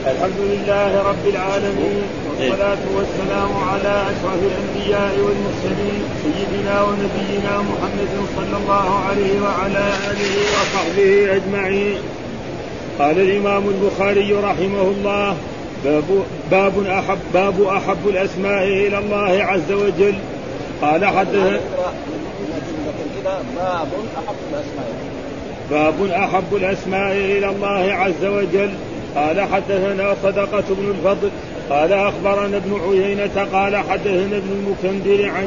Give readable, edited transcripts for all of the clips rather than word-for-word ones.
الحمد لله رب العالمين، والصلاة والسلام على أشرف الأنبياء والمرسلين سيدنا ونبينا محمد صلى الله عليه وعلى آله وصحبه أجمعين. قال الإمام البخاري رحمه الله: باب أحب الأسماء إلى الله عز وجل. قال حدثنا باب أحب الأسماء إلى الله عز وجل. قال حدثنا صدقة بن الفضل قال أخبرنا ابن عيينة قال حدثنا ابن المكندر عن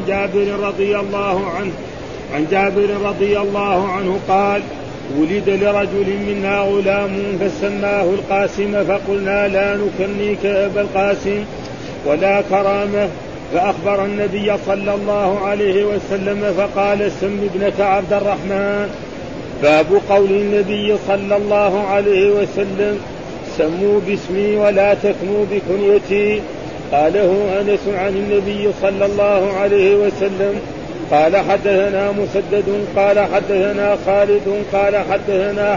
جابر رضي الله عنه قال: ولد لرجل منا غلام فسماه القاسم فقلنا لا نكنيك أبا القاسم ولا كرامة، فأخبر النبي صلى الله عليه وسلم فقال: سم ابنك عبد الرحمن. باب قول النبي صلى الله عليه وسلم: سموا باسمي ولا تكنوا بكنيتي. قاله أنس عن النبي صلى الله عليه وسلم. قال حدثنا مسدد قال حدثنا خالد قال حدثنا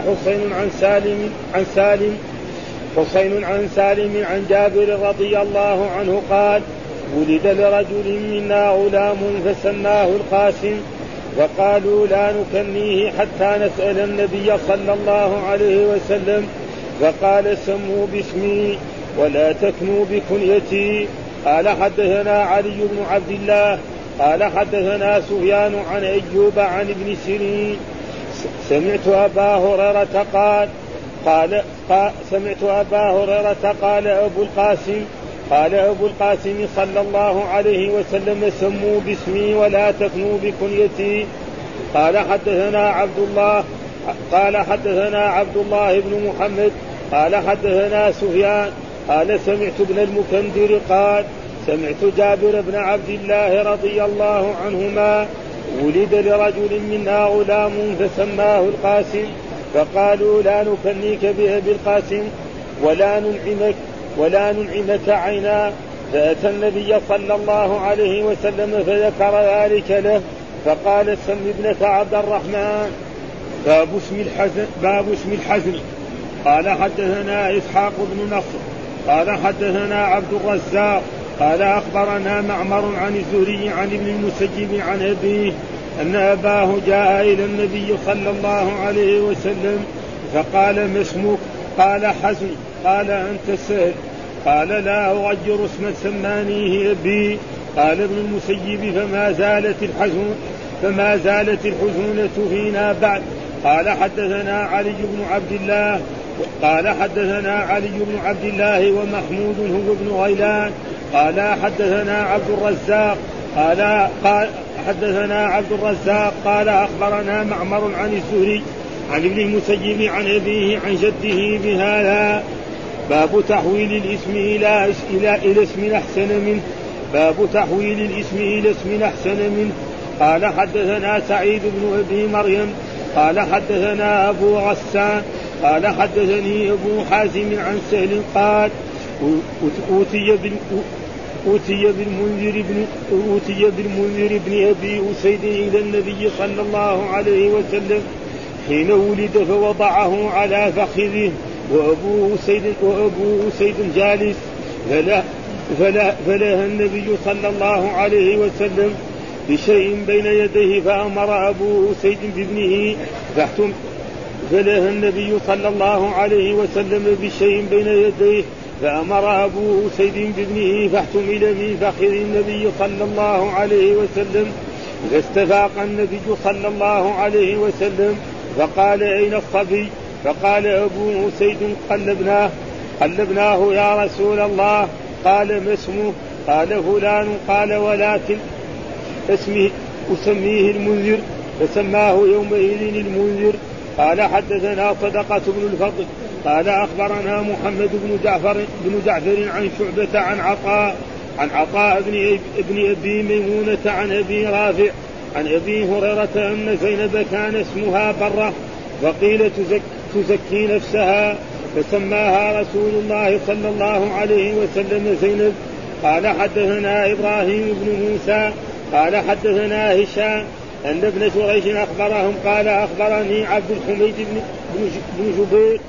حسين عن سالم عن جابر رضي الله عنه قال: ولد لرجل منا غلام فسماه القاسم وقالوا لا نكنيه حتى نسأل النبي صلى الله عليه وسلم، فقال: سموا باسمي ولا تكنوا بكنيتي. قال حدثنا علي بن عبد الله قال حدثنا سفيان عن أيوب عن ابن سيرين سمعت أبا هريرة قال أبو القاسم صلى الله عليه وسلم: سموا باسمي ولا تكنوا بكنيتي. قال حدثنا عبد الله بن محمد قال حدثنا سفيان قال سمعت ابن المكندر قال سمعت جابر بن عبد الله رضي الله عنهما: ولد لرجل منا غلام فسماه القاسم فقالوا لا نكنيك بأبي القاسم ولا ننعمك عينا، فأتى النبي صلى الله عليه وسلم فذكر ذلك له فقال: سم ابنك عبد الرحمن. باب اسم الحزن. قال حدثنا إسحاق بن نصر قال حدثنا عبد الرزاق قال أخبرنا معمر عن الزهري عن ابن المسيب عن أبيه أن أباه جاء إلى النبي صلى الله عليه وسلم فقال: ما اسمك؟ قال: حزن. قال: أنت سهل. قال: لا أغير اسما سمانيه أبي. قال ابن المسيب: فما زالت الحزونة فينا بعد. قال حدثنا علي بن عبد الله ومحمود هو ابن غيلان قال حدثنا عبد الرزاق قال أخبرنا معمر عن الزهري عن ابن المسيب عن أبيه عن جده بهذا. باب تحويل الاسم إلى اسم أحسن منه. باب تحويل الاسم إلى اسم أحسن منه. قال حدثنا سعيد بن أبي مريم قال حدثنا أبو غسان قال حدثني أبو حازم عن سهل قال: أوتي بالمنذر بن أبي أسيد إلى النبي صلى الله عليه وسلم حين ولد فوضعه على فخذه وأبو أسيد جالس، فلها النبي صلى الله عليه وسلم بشيء بين يديه فأمر أبو أسيد بابنه فاحتمل من فخذ النبي صلى الله عليه وسلم، فاستفاق النبي صلى الله عليه وسلم فقال: أين الصبي؟ فقال أبو أسيد: قلبناه يا رسول الله. قال: ما اسمه؟ قال: فلان. قال: ولكن اسمه أسميه المنذر، فسماه يومئذ المنذر. قال حدثنا صدقة بن الفضل قال أخبرنا محمد بن جعفر عن شعبة عن عطاء بن أبي ميمونة عن أبي رافع عن أبي هريرة أن زينب كان اسمها برة وقيل تزكي نفسها فسماها رسول الله صلى الله عليه وسلم زينب. قال حدثنا إبراهيم بن موسى قال حدثنا هشام أن ابن جريج أخبرهم قال: أخبرني عبد الحميد بن جبير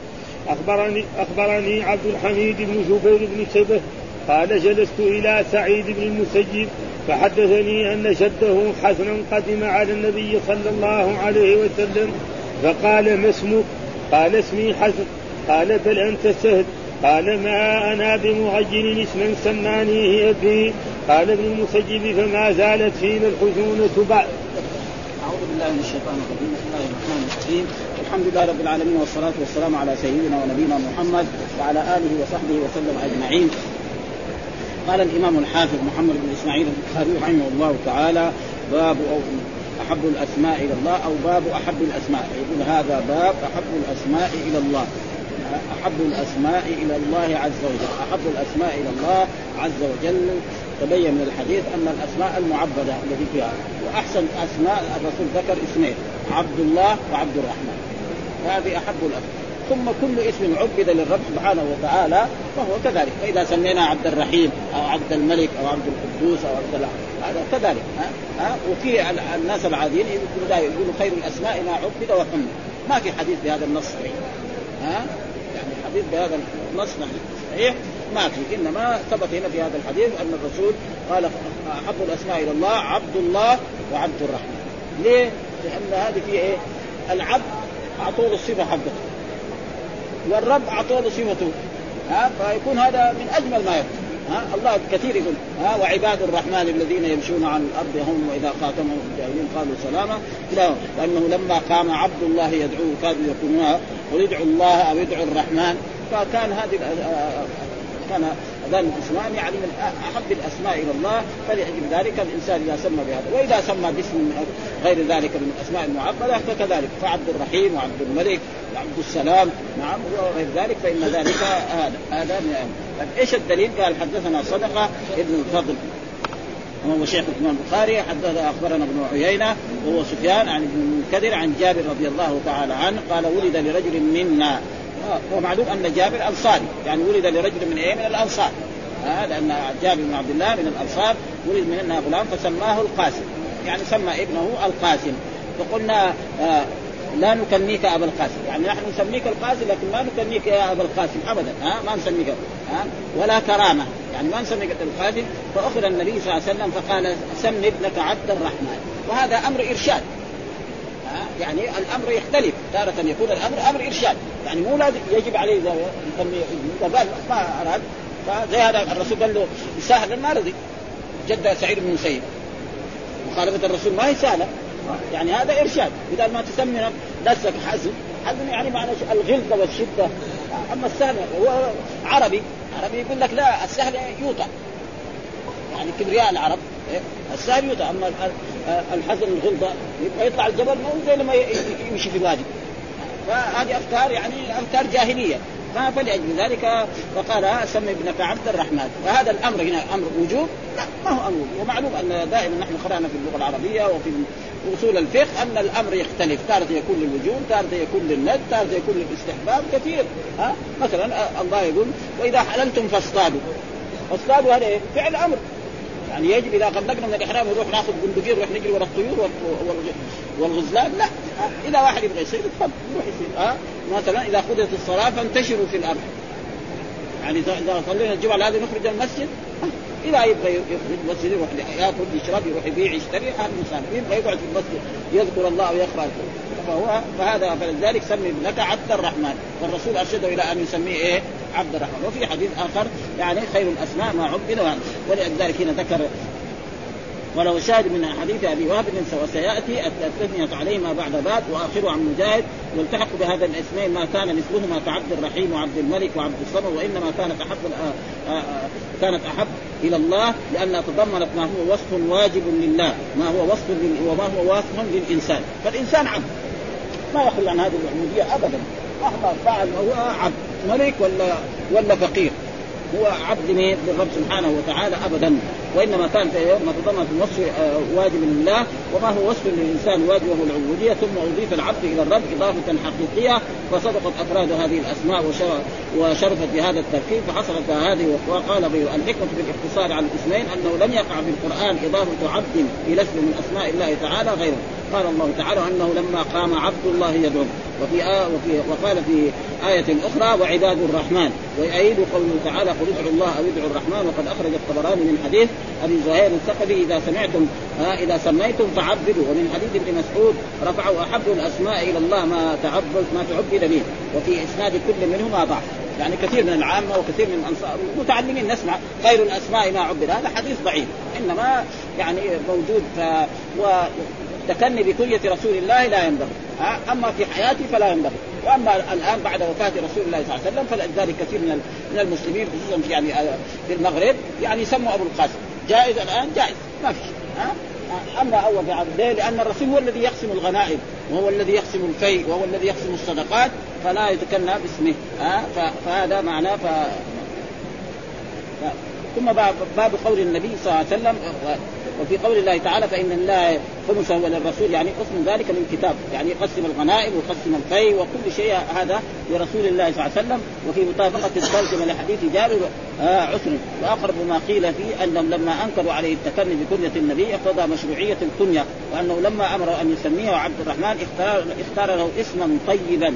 أخبرني عبد الحميد بن جبير بن شبه قال جلست إلى سعيد بن المسيب فحدثني أن جده حسنا قدم على النبي صلى الله عليه وسلم فقال ما اسمك؟ قال اسمي حسن. قال بل أنت سهل. قال ما أنا بمغير اسما سمانيه أبي. قال ابن المسيب فما زالت فينا الحزونة بعد. أعوذ بالله من الشيطان الرجيم. بسم الله الرحمن الرحيم. الحمد لله رب العالمين والصلاة والسلام على سيدنا ونبينا محمد وعلى آله وصحبه وسلم أجمعين. قال الإمام الحافظ محمد بن إسماعيل البخاري رحمه الله تعالى باب أحب الأسماء إلى الله أو باب أحب الأسماء. يقول هذا باب أحب الأسماء إلى الله. أحب الأسماء إلى الله عز وجل. أحب الأسماء إلى الله عز وجل تبين من الحديث أن الأسماء المعبدة التي فيها وأحسن أسماء الرسول ذكر اسمين عبد الله وعبد الرحمن. هذه أحب الأسماء. ثم كل اسم عبد للرب سبحانه وتعالى فهو كذلك. فإذا سمينا عبد الرحيم أو عبد الملك أو عبد القدوس أو عبد الله هذا كذلك. وفي الناس العاديين يقولوا خير الأسماء ما عبد وحمد. ما في حديث بهذا النص صحيح. يعني حديث بهذا النص صحيح ما في. إنما ثبت هنا في هذا الحديث أن الرسول قال أحب الأسماء إلى الله عبد الله وعبد الرحمن. ليه؟ لأن هذه فيه إيه؟ العبد أعطوه الصفة حقته والرب أعطوه صفته. فيكون هذا من أجمل ما يكون. الله كثير يقول وعباد الرحمن الذين يمشون على الأرض هم وإذا خاطبهم الجاهلين قالوا سلاما. لأنه لما قام عبد الله يدعوه كادوا يكونون قل ادعوا الله أو ادعوا الرحمن. فكان كان هذا الاسمان يعني من أحب الأسماء إلى الله. فلأجل ذلك الإنسان إذا سمى بهذا وإذا سمى باسم غير ذلك من الأسماء المعبدة فكذلك. فعبد الرحيم وعبد الملك وعبد السلام نعم وغير ذلك فإن ذلك هذا إيش الدليل؟ قال حدثنا صدقة ابن الفضل وهو شيخ الإمام البخاري. أخبرنا ابن عيينة وهو سفيان عن ابن المنكدر عن جابر رضي الله تعالى عنه قال ولد لرجل منا. ومعلوم أن جابر أنصاري يعني ولد لرجل من من الأنصار. لأن جابر بن عبد الله من الأنصار ولد مننا غلام فسماه القاسم يعني سمى ابنه القاسم. فقلنا لا نكنيك أبا القاسم يعني نحن نسميك القاسم لكن ما نكنيك يا أبا القاسم أبدا. ما نسميك ولا كرامة يعني ما نسميك القاسم. فأخذ النبي صلى الله عليه وسلم فقال سم ابنك عبد الرحمن. وهذا أمر إرشاد يعني الأمر يختلف. تارة يكون الأمر أمر إرشاد يعني مو لازم يجب عليه إذا قال ما أراد. فزي هذا الرسول قال له سهلا ما رضي. جد سعيد بن المسيب مخالفة الرسول ما هي سهلة يعني هذا إرشاد. إذا ما تسمي نفسك حزم يعني معنى الغلظة والشدة. أما السهل هو عربي يقول لك لا السهل يوطى يعني كبرياء العرب السهل يوطى. أما الحزن الغلظة يبقى يطلع الجبل مو زي لما يمشي في الوادي. فهذه أفكار يعني أفكار جاهلية. فلأجل ذلك فقال سم ابنك عبد الرحمن. فهذا الأمر هنا أمر وجوب لا ما هو أمر. ومعلوم أن دائما نحن قرأنا في اللغة العربية وفي أصول الفقه أن الأمر يختلف. تارة يكون للوجوب تارة يكون للند تارة يكون للاستحباب كثير. مثلا الله يقول وإذا حللتم فاصطادوا. فاصطادوا هذا فعل أمر يعني يجب إذا قبلنا من الإحرام نروح نأخذ بندقية ونروح نجري وراء الطيور والغزلان لا. إذا واحد يبغى يصير يتفضل يروح يصير. مثلا إذا قضيت الصلاة فانتشروا في الأرض يعني إذا صلينا الجمعة هذا نخرج المسجد. إذا يبغى يخرج المسجد يروح يأكل يشرب يروح يبيع يشتري هذا الإنسان. يبغى يقعد في المسجد يذكر الله ويقرأ فهذا فلذلك سمي ابنك عبد الرحمن. والرسول أرشده إلى أن يسميه عبد الرحمن. وفي حديث آخر يعني خير الأسماء ما عبد. ولذلك هنا ذكر ولو شاهد من حديث أبي وهب وسيأتي التثنية عليهما بعد باب وآخره عن مجاهد والتحق بهذا الاسمين ما كان مثلهما كعبد الرحيم وعبد الملك وعبد الصمد. وإنما كانت أحب إلى الله لأنها تضمنت ما هو وصف واجب لله وما هو وصف للإنسان. فالإنسان عبد ما يخل عن هذه العبودية أبدا مهما فعل هو عبد ملك ولا فقير هو عبد للرب سبحانه وتعالى أبدا. وإنما كان ما تضمن في الوصف واجب لله وما هو وصف للإنسان واجب وهو العبودية. ثم أضيف العبد إلى الرب إضافة حقيقية فصدقت أفراد هذه الأسماء وشرفت بهذا التركيب فحصلت هذه. وقال الحكمة في الاقتصار على الاسمين أنه لم يقع في القرآن إضافة عبد إلى اسم من أسماء الله تعالى غيره. قال الله تعالى أنه لما قام عبد الله يدعو. وقال في آية أخرى وعباد الرحمن. ويؤيد قوله تعالى قل ادعوا الله أو ادعوا الرحمن. وقد أخرج الطبراني من حديث أبي زهير الثقفي إذا سميتم فعبدوا. ومن حديث ابن مسعود رفعوا أحب الأسماء إلى الله ما تعبد به. وفي إسناد كل منهما ضعف. يعني كثير من العامة وكثير من الأنصار المتعلمين نسمع خير الأسماء ما عبد. هذا حديث ضعيف إنما يعني موجود. وتكني بكنية رسول الله لا ينبغي. أما في حياتي فلا ينبغي. وأما الآن بعد وفاة رسول الله صلى الله عليه وسلم فلذلك كثير من المسلمين خصوصا في في المغرب يعني يسموا أبو القاسم. جائز الآن جائز ما فيش. أما أول بعبده لأن الرسول هو الذي يقسم الغنائم وهو الذي يقسم الفيء وهو الذي يقسم الصدقات فلا يتكنى باسمه. فهذا معناه. ثم باب قول النبي صلى الله عليه وسلم وفي قول الله تعالى فإن الله خمسه وللرسول يعني قسم ذلك للكتاب يعني يقسم الغنائم ويقسم الفيء وكل شيء هذا لرسول الله صلى الله عليه وسلم. وفي مطابقة الترجمة لحديث جابر عسر. وأقرب ما قيل فيه أنهم لما أنكروا عليه التكني بكنية النبي اقتضى مشروعية الكنية وأنه لما أمر أن يسميه عبد الرحمن اختار له اسما طيبا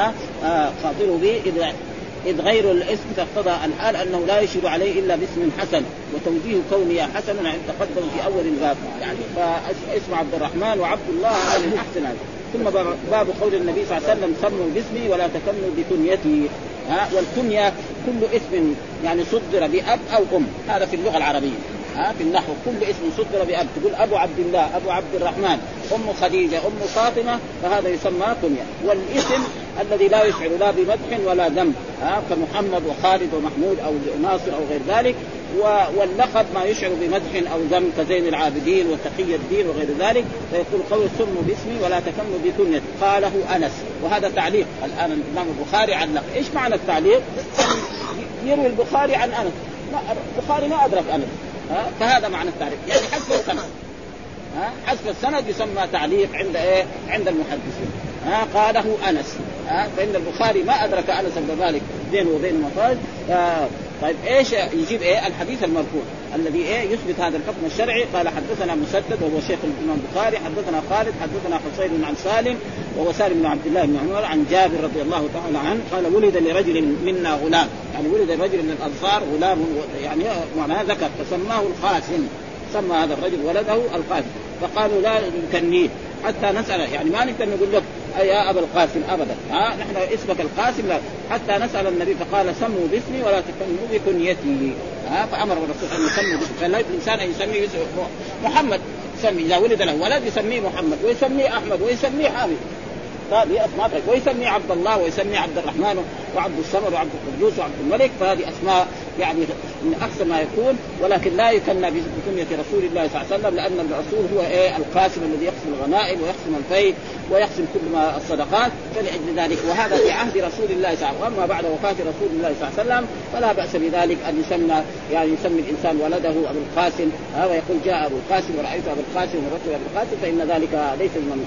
خاطره به إذ غير الاسم فاقتضى الحال أنه لا يشير عليه إلا باسم حسن وتوجيه كونه حسن عند تقدم في أول الباب يعني فاسم عبد الرحمن وعبد الله هذا من أحسن هذا. ثم باب قول النبي صلى الله عليه وسلم سموا باسمي ولا تكنوا بكنيتي. والكنية كل اسم يعني صدر بأب أو أم. هذا في اللغة العربية في النحو كل اسم صدر بأب. تقول أبو عبد الله أبو عبد الرحمن أم خديجة أم فاطمة فهذا يسمى كنية. والاسم الذي لا يشعر لا بمدح ولا ذم كمحمد وخالد ومحمود أو ناصر أو غير ذلك. واللقب ما يشعر بمدح أو ذم كزين العابدين وتقي الدين وغير ذلك. فيقول قول سموا باسمي ولا تكنوا بكنيتي. قاله أنس. وهذا تعليق الآن الإمام البخاري علق. إيش معنى التعليق؟ يروي البخاري عن أنس. البخاري ما أدرك أنس فهذا معنى التعليق يعني حذف السند. حذف السند يسمى تعليق عند المحدثين. قاله أنس. فإن البخاري ما أدرك أنس بن مالك بينه وبين مفاز. طيب إيش يجيب الحديث المرفوع الذي يثبت هذا الحكم الشرعي. قال حدثنا مسدد وهو شيخ الإمام البخاري حدثنا خالد حدثنا حسين عن سالم وهو سالم بن عبد الله بن عمر عن جابر رضي الله تعالى عنه قال ولد لرجل منا غلام يعني ولد رجل من الأنصار غلام يعني معناه ذكر فسماه القاسم. سمى هذا الرجل ولده القاسم. فقالوا لا نكنيه حتى نسأل يعني ما نقدر نقول لك يا أبا القاسم أبدا نحن اسمك القاسم لا حتى نسأل النبي فقال سموا باسمي ولا تكنوا بكنيتي. فأمر الرسول أن يسموا باسمه. فلا الإنسان أن يسميه محمد سمي إذا ولد له ولد يسميه محمد ويسميه أحمد ويسميه حامد هذه أسماء ويسمي عبد الله ويسمي عبد الرحمن وعبد الصمد وعبد القدوس وعبد الملك. فهذه أسماء يعني من أحسن ما يكون. ولكن لا يكنى بكنية رسول الله صلى الله عليه وسلم لأن الرسول هو القاسم الذي يقسم الغنائم ويقسم الفيء ويقسم كل ما الصدقات. فلأجل ذلك وهذا في عهد رسول الله صلى الله عليه وسلم. وأما بعد وفاة رسول الله صلى الله عليه وسلم فلا بأس بذلك أن يسمي الإنسان ولده أبو القاسم ويقول جاء أبو القاسم ورأيت أبو القاسم ورأيت أبو القاسم فإن ذلك ليس من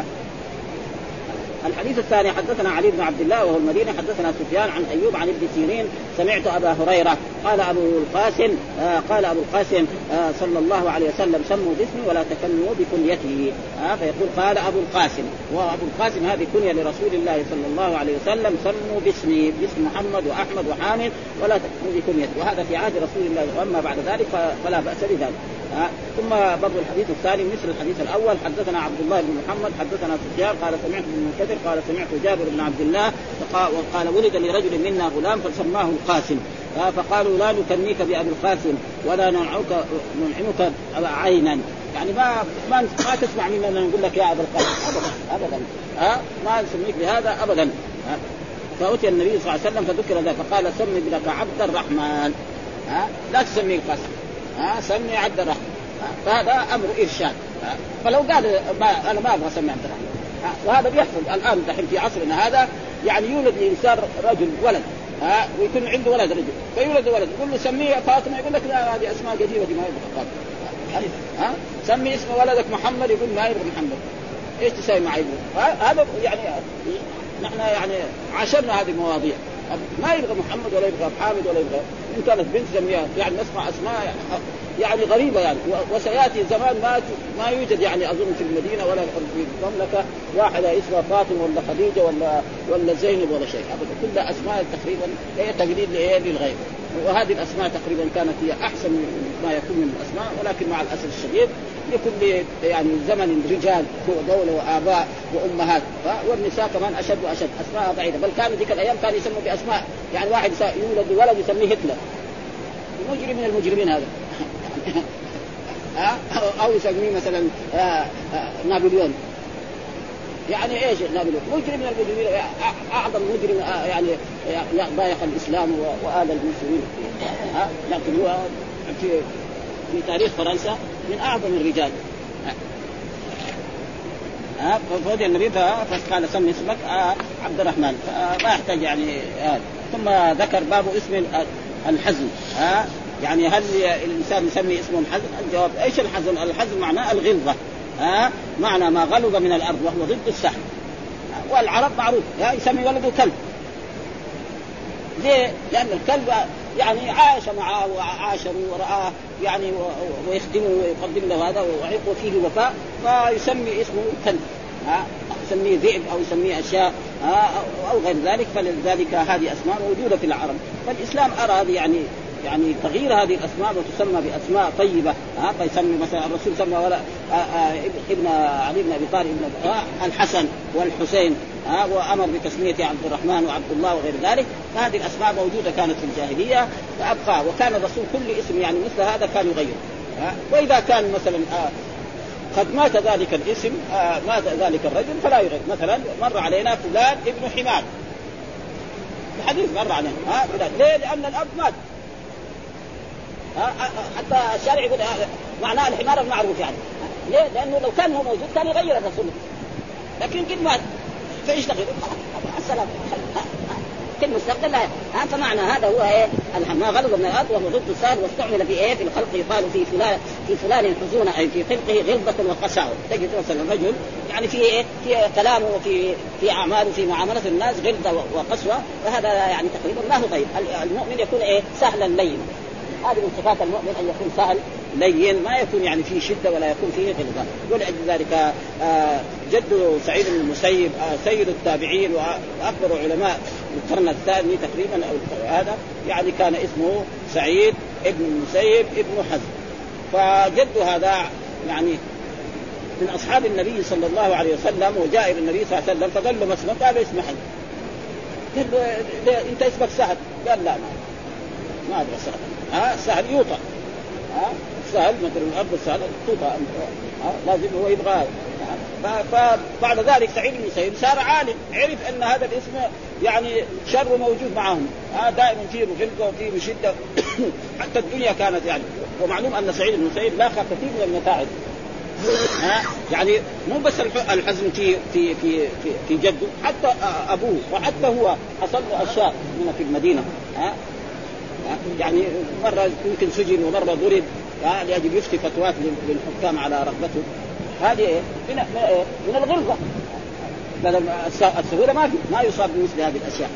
الحديث الثاني حدثنا علي بن عبد الله وهو المديني حدثنا سفيان عن أيوب عن ابن سيرين سمعت أبا هريرة قال أبو القاسم صلى الله عليه وسلم سموا باسمي ولا تكنوا بكنيته. فيقول قال أبو القاسم وأبو القاسم هذه كنية لرسول الله صلى الله عليه وسلم سموا باسمي باسم محمد وأحمد وحامد ولا تكنوا بكنيته. وهذا في عهد رسول الله. وأما بعد ذلك فلا بأس بذلك. ثم برضو الحديث الثاني مثل الحديث الأول حدثنا عبد الله بن محمد حدثنا سفيان قال سمعت ابن المنكدر قال سمعت جابر بن عبد الله وقال ولد لرجل منا غلام فسماه القاسم. فقالوا لا نكنيك بأبي القاسم ولا ننعمك عينا يعني ما تسمع منا نقول لك يا أبا القاسم أبدا ما نسميك بهذا أبدا. فأتي النبي صلى الله عليه وسلم فذكر ذلك فقال سمي ابنك عبد الرحمن لا تسميه القاسم سمي عبد الرحمن. فهذا أمر إرشاد. فلو قال أنا ما أبغى أسمي عبد الرحمن وهذا بيحصل الآن دحين في عصرنا هذا يعني يولد الإنسان رجل ولد ويكون عنده ولد رجل فيولد ولد يقول له سميه فاطمة يقول لك لا هذه أسماء قديمة دي ما يبغى فاطمة. سمي اسم ولدك محمد يقول ما يبغى محمد إيش تسوي مع ابنه. هذا يعني نحن يعني عاشرنا هذه المواضيع ما يبغى محمد ولا يبغى حامد ولا يبغى إن كانت بنت سميها، يعني نسمع أسماء يعني غريبة يعني. وسيأتي زمان ما يوجد يعني أظن في المدينة ولا في المملكة واحدة اسمها فاطمة ولا خديجة ولا زينب ولا شيء أبدا، كلها أسماء تقريبا هي تقليد للغير. وهذه الأسماء تقريبا كانت هي أحسن ما يكون من الأسماء، ولكن مع الأسف الشديد لكل يعني زمن رجال ودولة وآباء وأمهات، والنساء كمان أشد وأشد أسماء ضعيفة. بل كانوا ذيك الأيام كانوا يسموا بأسماء، يعني واحد يولد ولد يسميه هتلر، مجرم من المجرمين هذا أو يسميه مثلا نابليون، يعني ايش نابليون؟ مجرم من المجرمين، اعظم مجرم يعني ضايق الاسلام واذى المسلمين، لكن هو في تاريخ فرنسا من اعظم الرجال. فوجئ النبي فقال سمي اسمك عبد الرحمن، ما يحتاج يعني. ثم ذكر باب اسم الحزن. يعني هل الانسان يسمي اسمه الحزن؟ الجواب ايش الحزن؟ الحزن معناه الغلظه، معنى ما غلظ من الارض وهو ضد السحل. والعرب معروف يسمي ولده كلب. ليه؟ لان الكلب يعني عاش معه وعاشره ورآه يعني ويخدمه ويقدم له هذا وفيه وفاء، فيسمي اسمه كلب، يسميه ذئب او يسميه اشياء او غير ذلك. فلذلك هذه اسماء موجوده في العرب. فالاسلام اراد يعني تغيير هذه الاسماء وتسمى باسماء طيبه. فيسمي مثلا الرسول سمى ولا ابن علي بن ابي طالب الحسن والحسين، وامر بتسميه عبد الرحمن وعبد الله وغير ذلك. فهذه الاسماء موجوده كانت في الجاهليه فابقى. وكان الرسول كل اسم يعني مثل هذا كان يغير. واذا كان مثلا قد مات ذلك الاسم، مات ذلك الرجل فلا يغير. مثلا مر علينا فلان ابن حمار، الحديث مر علينا ليه؟ لان الاب مات. حتى الشارع يقول معناه الحمار المعروف يعني. ليه؟ لأنه لو كان هو موجود كان يغير الرسول، لكن قد مات فإيش تغير؟ السلام كل مستقبل لا. فمعنى هذا هو ايه؟ ما غلظ من الارض وهو ضد السهل، واستعمل في ايه؟ في الخلق يقال في فلان حزون، اي في خلقه غلظة وقساوة. تجد مثلا الرجل يعني في ايه؟ في كلامه وفي اعماله وفي معاملة الناس غلظة وقسوة، وهذا يعني تقريبا ما هو طيب. المؤمن يكون ايه؟ سهلا لينا. هذه من صفات المؤمن أن يكون سهل لين، ما يكون يعني فيه شدة ولا يكون فيه غلظة. ولأجل ذلك جد سعيد بن المسيب سيد التابعين وأكبر علماء القرن الثاني تقريبا أو هذا، يعني كان اسمه سعيد ابن المسيب ابن حزم. فجد هذا يعني من أصحاب النبي صلى الله عليه وسلم، وجاء إلى النبي صلى الله عليه وسلم فقال له ما اسمك؟ قال اسمه حزم. قال له أنت اسمك سهل؟ قال لا ما أدري سهل. سهل يوطى، سهل مثل الأرض السهل توطى، لازم هو يبغى. فبعد ذلك سعيد بن المسيب صار عالم، عرف أن هذا الاسم يعني شر موجود معهم، دائما فيه غلظة وفيه شدة حتى الدنيا كانت يعني. ومعلوم أن سعيد بن المسيب لاقى كثير من المتاعب، يعني مو بس الحزن في جده، حتى أبوه وحتى هو حصل له أشياء من في المدينة. يعني مرة يمكن سجن ومرة ضرب لأجل يفتي فتوات للحكام على رغبته. هذه من الغلظة. السهولة ما يصاب بمثل هذه الأشياء.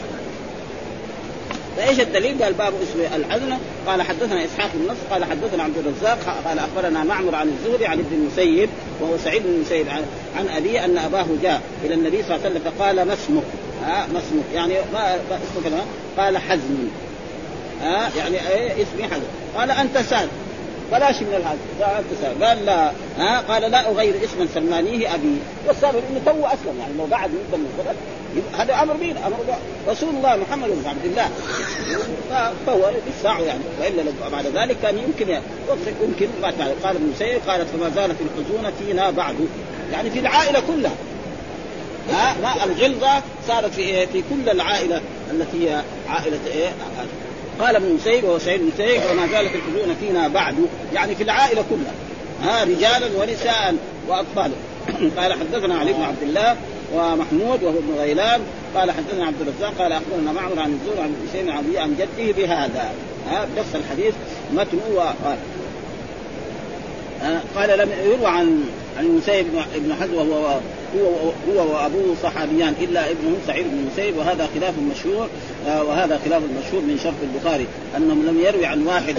فإيش الدليل؟ قال باب اسم الحزن. قال حدثنا إسحاق بن نصر قال حدثنا عبد الرزاق قال أخبرنا معمر عن الزهري عن ابن المسيب وهو سعيد بن المسيب عن أبيه أن أباه جاء إلى النبي صلى الله عليه وسلم فقال ما اسمك؟ ما اسمك يعني ما اسمك؟ قال حزن. يعني اسمي حزن. قال أنت سهل بلاش من الحزن. قال لا. قال لا أغير اسما سمانيه أبي. والسبب إنه تو أسلم، يعني لو قعد مدة من الزمن هذا أمر مين؟ أمر رسول الله محمد بن عبد الله. فهو بالساعة يعني، وإلا بعد ذلك كان يمكن بعد. قال ابن مسيب قالت فما زالت الحزون فينا بعد، يعني في العائلة كلها. ما الغلظة صارت في كل العائلة التي هي عائلة قال ابن مسيب وهو سعيد بن مسيب وما زالت الحزون فينا بعد، يعني في العائلة كلها، رجالا ونساء وأطفال. قال حدثنا علي بن عبد الله ومحمود وهو ابن غيلان قال حدثنا عبد الرزاق قال أخبرنا معمر عن الزهري عن ابن سيرين عن جده بهذا. نفس الحديث متنه. قال لم يروى عن المسيب بن حزم وهو هو وأبوه صحابيان إلا ابنه سعيد بن المسيب، وهذا خلاف مشهور. وهذا خلاف المشهور من شرط البخاري أنهم لم يروي عن واحد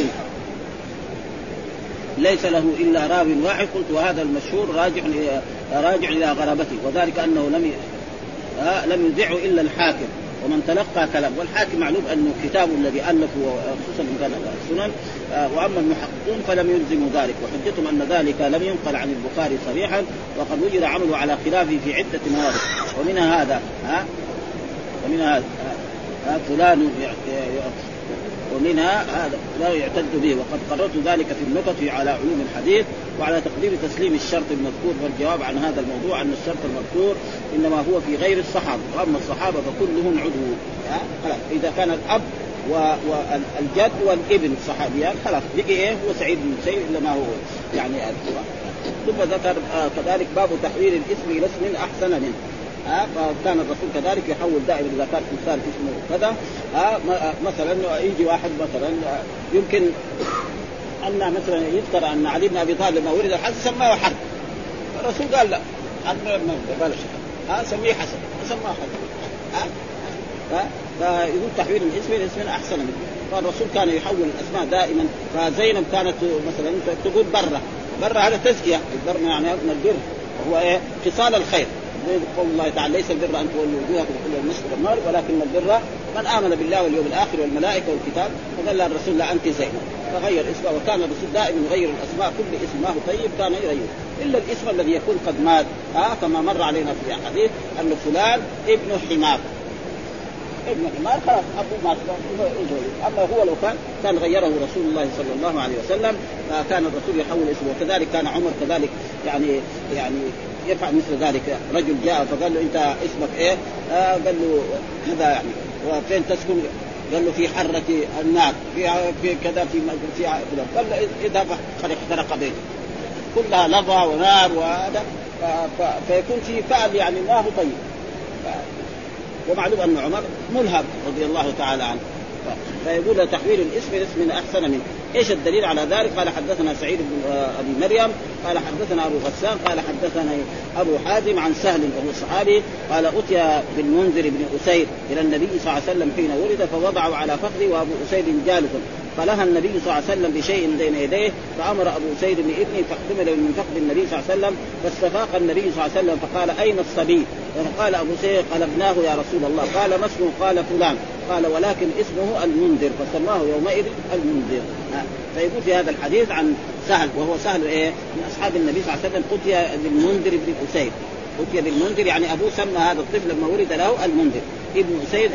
ليس له إلا راو واحد. قلت وهذا المشهور راجع إلى غرابته، وذلك أنه لم يذعه إلا الحاكم ومن تلقى كلام، والحاكم معلوم أنه كتاب الذي ألفه خصوصا إن كان السنن. وأما المحققون فلم يلزموا ذلك، وحجتهم أن ذلك لم ينقل عن البخاري صريحا، وقد وجد عمله على خلافه في عدة موارد. ومنها هذا فلان ومنها هذا لا يعتد به، وقد قررت ذلك في النكت على علوم الحديث وعلى تقدير تسليم الشرط المذكور. والجواب عن هذا الموضوع أن الشرط المذكور إنما هو في غير الصحابة، وأما الصحابة فكلهم عضو. إذا كان الأب والجد والابن الصحابيان خلاص بقي إيه هو سعيد بن المسيب إلا ما هو يعني ثم ذكر كذلك باب تحويل الاسم إلى اسم أحسن منه. فكان الرسول كذلك يحول دائما إذا كان إنسان اسمه كذا. مثلا يجي واحد مثلا يمكن أن مثلا يذكر أن علي بن أبي طالب لما ولد الحسن سماه حرب، الرسول قال لا ما بلاش سميه حسن سماه حسن. فيقول تحويل الاسم إلى اسم أحسن منه. فالرسول كان يحول الأسماء دائما. فزينب كانت مثلا تقول برة هذا تزكية، البر يعني من البر وهو إيه خصال الخير. قول الله تعالى ليس البر أن تولوا وجوهكم قبل المشرق والمغرب ولكن البر من آمن بالله واليوم الآخر والملائكة والكتاب. فقال الرسول لا أنت زينب، فغير اسمه. وكان الرسول دائما يغير الأسماء، كل اسم ما هو طيب كان يغير إلا الاسم الذي يكون قد مات. كما مر علينا في الحديث أن فلان ابن حمار خلاص أبوه مات. أما هو لو كان غيره رسول الله صلى الله عليه وسلم. كان الرسول يحول اسمه. وكذلك كان عمر كذلك يعني يفعل مثل ذلك. رجل جاء فقال له أنت اسمك إيه؟ قال له كذا يعني. وفين تسكن؟ قال له في حرة النار في كذا في قال له اذهب قد احترق بيته. كلها لظى ونار وهذا. فيكون في فعل يعني ما هو طيب. ومعلوم أن عمر ملهم رضي الله تعالى عنه. فيقول تحويل الاسم لاسم أحسن منه. إيش الدليل على ذلك؟ قال حدثنا سعيد بن أبي مريم قال حدثنا أبو غسان قال حدثنا أبو حازم عن سهل وهو صحابي قال أتي بالمنذر بن أسيد إلى النبي صلى الله عليه وسلم حين ولد فوضعه على فخذه وأبو أسيد جالس، فلها النبي صلى الله عليه وسلم بشيء بين يديه فأمر أبو أسيد بابنه فاحتمل من فخذ النبي صلى الله عليه وسلم فاستفاق النبي صلى الله عليه وسلم فقال أين الصبي؟ فقال أبو أسيد قلبناه يا رسول الله. قال ما اسمه؟ قال فلان. قال ولكن اسمه المنذر فسماه يومئذ المنذر. فيقول في هذا الحديث عن سهل وهو سهل من أصحاب النبي صلى الله عليه وسلم أتي بالمنذر بن أسيد. أتي بالمنذر يعني أبوه سمى هذا الطفل لما ولد له المنذر ابن أسيد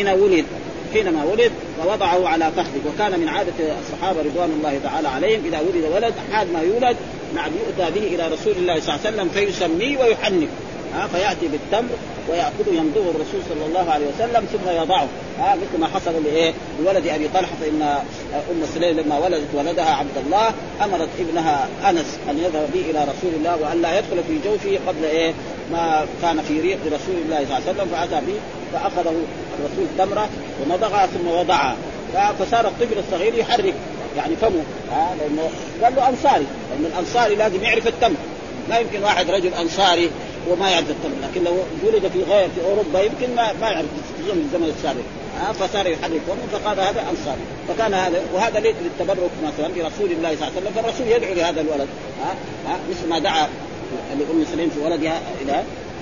حينما ولد ووضعه على فخذه. وكان من عادة الصحابة رضوان الله تعالى عليهم إذا ولد ولد حال ما يولد يؤتى به إلى رسول الله صلى الله عليه وسلم فيسميه ويحنك. فيأتي بالتمر ويأخذه يمضغه الرسول صلى الله عليه وسلم ثم يضعه. مثل ما حصل لولد أبي طلحة فإن أم سليم لما ولدت ولدها عبد الله أمرت ابنها أنس أن يذهب به إلى رسول الله وأن لا يدخل في جوفه قبل ما كان في ريق رسول الله صلى الله عليه وسلم. فأتى به فأخذه الرسول تمرة ومضغها ثم وضعها. فصار الطفل الصغير يحرك يعني فمه. لأنه قال له أنصاري، لأن الأنصاري لازم يعرف التمر. ما يمكن واحد رجل أنصاري وما يعرف التمر، لكن لو ولد في غير في أوروبا يمكن ما يعرف في الزمن السابق. فصار يحرك فمه فقال هذا أنصاري. فكان هذا وهذا ليس للتبرك مثلا برسول الله صلى الله عليه وسلم. فالرسول يدعو لهذا الولد مثل ما دعا لأم سليم في ولدها إلى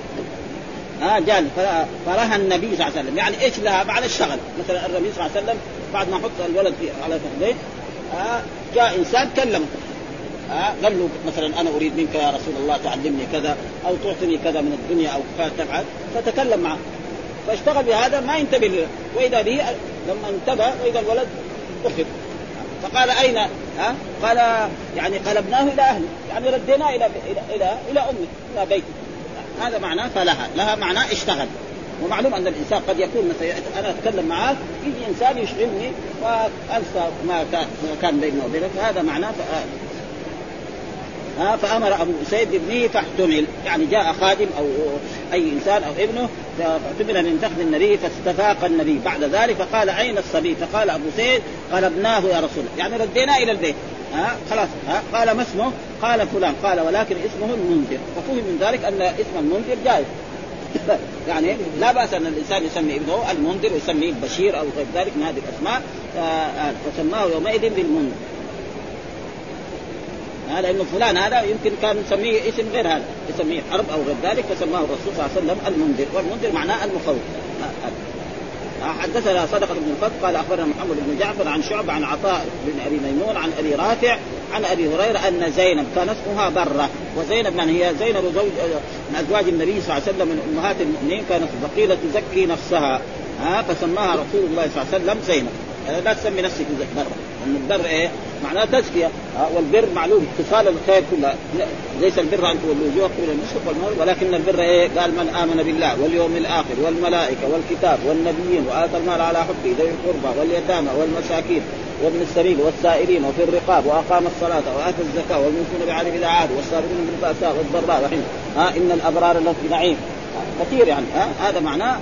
جال. فرها النبي صلى الله عليه وسلم يعني إيش لها معنى الشغل. مثلا النبي صلى الله عليه وسلم بعد ما حط الولد على فخذيه جاء إنسان كلمه قال له مثلا أنا أريد منك يا رسول الله تعلمني كذا أو تعطني كذا من الدنيا أو تفعل، فتكلم معه فاشتغل بهذا ما ينتبه له. وإذا به لما انتبه وإذا الولد أخذ فقال أين؟ قال يعني قلبناه إلى أهله يعني رديناه إلى أمه إلى بيته. هذا معناه لها معناه اشتغل. ومعلوم أن الإنسان قد يكون مثلا أنا أتكلم معك يجي إنسان يشغلني وأنسى ما كان بيننا وبينك. هذا معناه فأمر أبو أسيد بابنه فاحتمل يعني جاء خادم أو أي إنسان أو ابنه فاحتمل من فخذ النبي فاستفاق النبي. بعد ذلك فقال أين الصبي؟ فقال أبو أسيد قلبناه يا رسول الله يعني رديناه إلى البيت. خلاص قال ما اسمه؟ قال فلان. قال ولكن اسمه المنذر. ففهم من ذلك أن اسم المنذر جائز يعني لا بأس أن الإنسان يسمي ابنه المنذر ويسميه البشير أو غير ذلك من هذه الأسماء. فسماه يومئذ بالمنذر لأنه فلان هذا يمكن كان يسميه اسم غير هذا، يسميه حرب أو غير ذلك، فسماه الرسول صلى الله عليه وسلم المنذر. والمنذر معناه المخوف. حدثنا صدقة بن الفضل قال أخبرنا محمد بن جعفر عن شعب عن عطاء بن أبي ميمون عن أبي رافع عن أبي هريرة أن زينب كان اسمها برة. وزينب من هي؟ زينب زوج من أزواج النبي صلى الله عليه وسلم من أمهات المؤمنين، كانت فقيلة تزكي نفسها فسماها رسول الله صلى الله عليه وسلم زينب. لا تسمي نفسك برة، أن البر إيه معناه تزكية. والبر معلوم اتصال الخير كلها، ليس البر أن تولوا وجوهكم إلى المشرق والمغرب، ولكن البر إيه؟ قال من آمن بالله واليوم الآخر والملائكة والكتاب والنبيين وآتى المال على حقه ذوي القربى واليتامى والمساكين وابن السبيل والسائلين وفي الرقاب وأقام الصلاة وآتى الزكاة والموفون بعهد إذا عاهدوا والصابرين بالبأساء والضراء وحين إن الأبرار لفي نعيم. كثير يعني هذا معناه.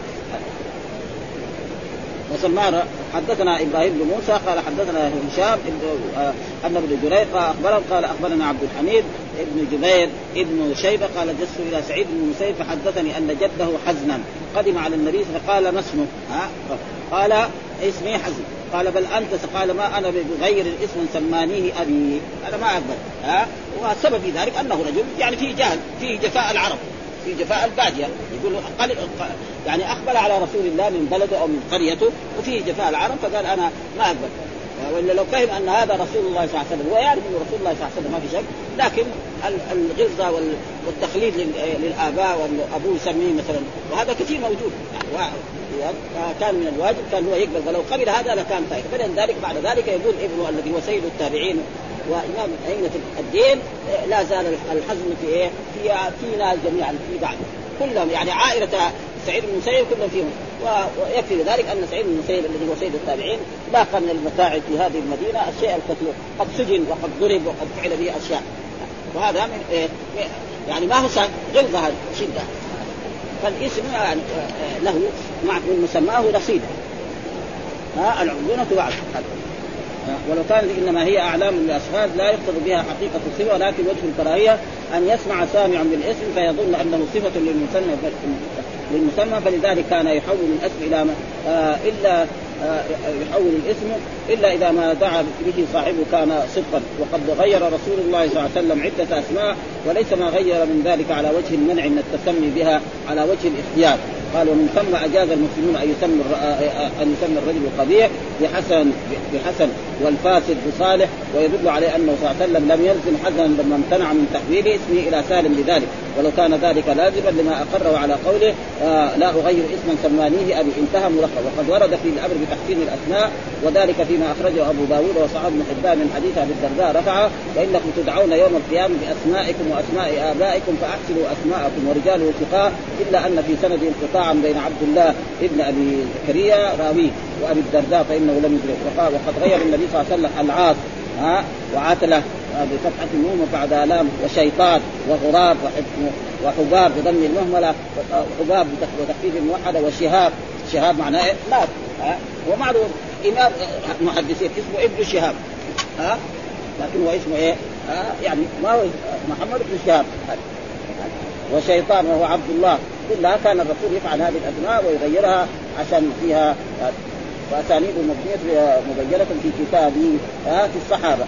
وسماه. حدثنا إبراهيم بن موسى قال حدثنا هشام أن ابن جرير قال أخبرنا عبد الحميد ابن جبير ابن شيبة قال جلست إلى سعيد بن المسيب فحدثني أن جده حزنا قدم على النبي فقال ما اسمه؟ قال اسمي حزن. قال بل أنت؟ قال ما أنا بغير الاسم سمانيه أبي، أنا ما أقبل. وسبب في ذلك أنه رجل يعني فيه جهل، فيه جفاء العرب، في جفاء البادية، يقول يعني أقبل على رسول الله من بلده أو من قريته وفيه جفاء العرب، فقال أنا ما أقبل. وإلا لو فهم أن هذا رسول الله صلى الله عليه وسلم ويعرف أن رسول الله صلى الله عليه وسلم ما في شك، لكن الغلظة والتخليد للآباء وأبوه يسميه مثلا، وهذا كثير موجود يعني كان من الواجب كان هو يقبل، ولو قبل هذا لكان طيب. فلذلك بعد ذلك يقول ابنه الذي هو سيد التابعين وإمام أئمة الدين لا زال الحزن في ناس جميعا في بعض كلهم، يعني عائلة سعيد بن المسيب كلهم فيهم. ويكفي لذلك أن سعيد بن المسيب الذي هو سيد التابعين لاقى من المتاعب في هذه المدينة الشيء الكثير، قد سجن وقد ضرب وقد فعل به أشياء، وهذا من يعني ما هو غلظة شدة. فالاسم يعني له مع من مسماه رصيد العبودية وعد. ولو كانت إنما هي أعلام للأشخاص لا يقتضي بها حقيقة الصفة، ولكن وجه الكراهية أن يسمع سامع بالاسم فيظن أنه صفة للمسمى، فلذلك كان يحول الاسم إلى إلا يحول الاسم إلا إذا ما دعا به صاحبه كان صدقا. وقد غير رسول الله صلى الله عليه وسلم عدة أسماء وليس ما غير من ذلك على وجه المنع من التسمي بها على وجه الاختيار. قال ومن ثم أجاز المسلمون أن يسمي الرجل القبيح بحسن والفاسد بصالح، ويدل عليه أنه صلى الله عليه وسلم لم يلزم حسنا لما امتنع من تحويل اسمه إلى سالم بذلك، ولو كان ذلك لازما لما أقره على قوله لا أغير اسما سمانيه أبي، انتهى ملخص. وقد ورد في الأمر بتحسين الأسماء وذلك فيما أخرجه أبو داود وصحاب بن حبان من حديث أبي الدرداء رفعه وإنكم تدعون يوم القيامة بأسمائكم وأسماء آبائكم فأحسنوا أسماءكم ورجاله ثقاء، إلا أن في سند انقطاعا بين عبد الله ابن أبي زكريا راويه وأبي الدرداء فإنه لم يدرك. وقد غير النبي صلى الله عليه وسلم العاص وعتلة بفتحة النون وبعد آلام وشيطان وغراب وحباب بضم المهملة وحباب وتخفيف الموحدة وشهاب معناه إيه؟ مات. ومعلوم إمام محدثين اسمه ابن شهاب لكن هو اسمه إيه يعني ما هو محمد بن شهاب. وشيطان وهو عبد الله، كلها كان الرسول يفعل هذه الأسماء ويغيرها عشان فيها وأسانيد مبينة في كتابه في الصحابة.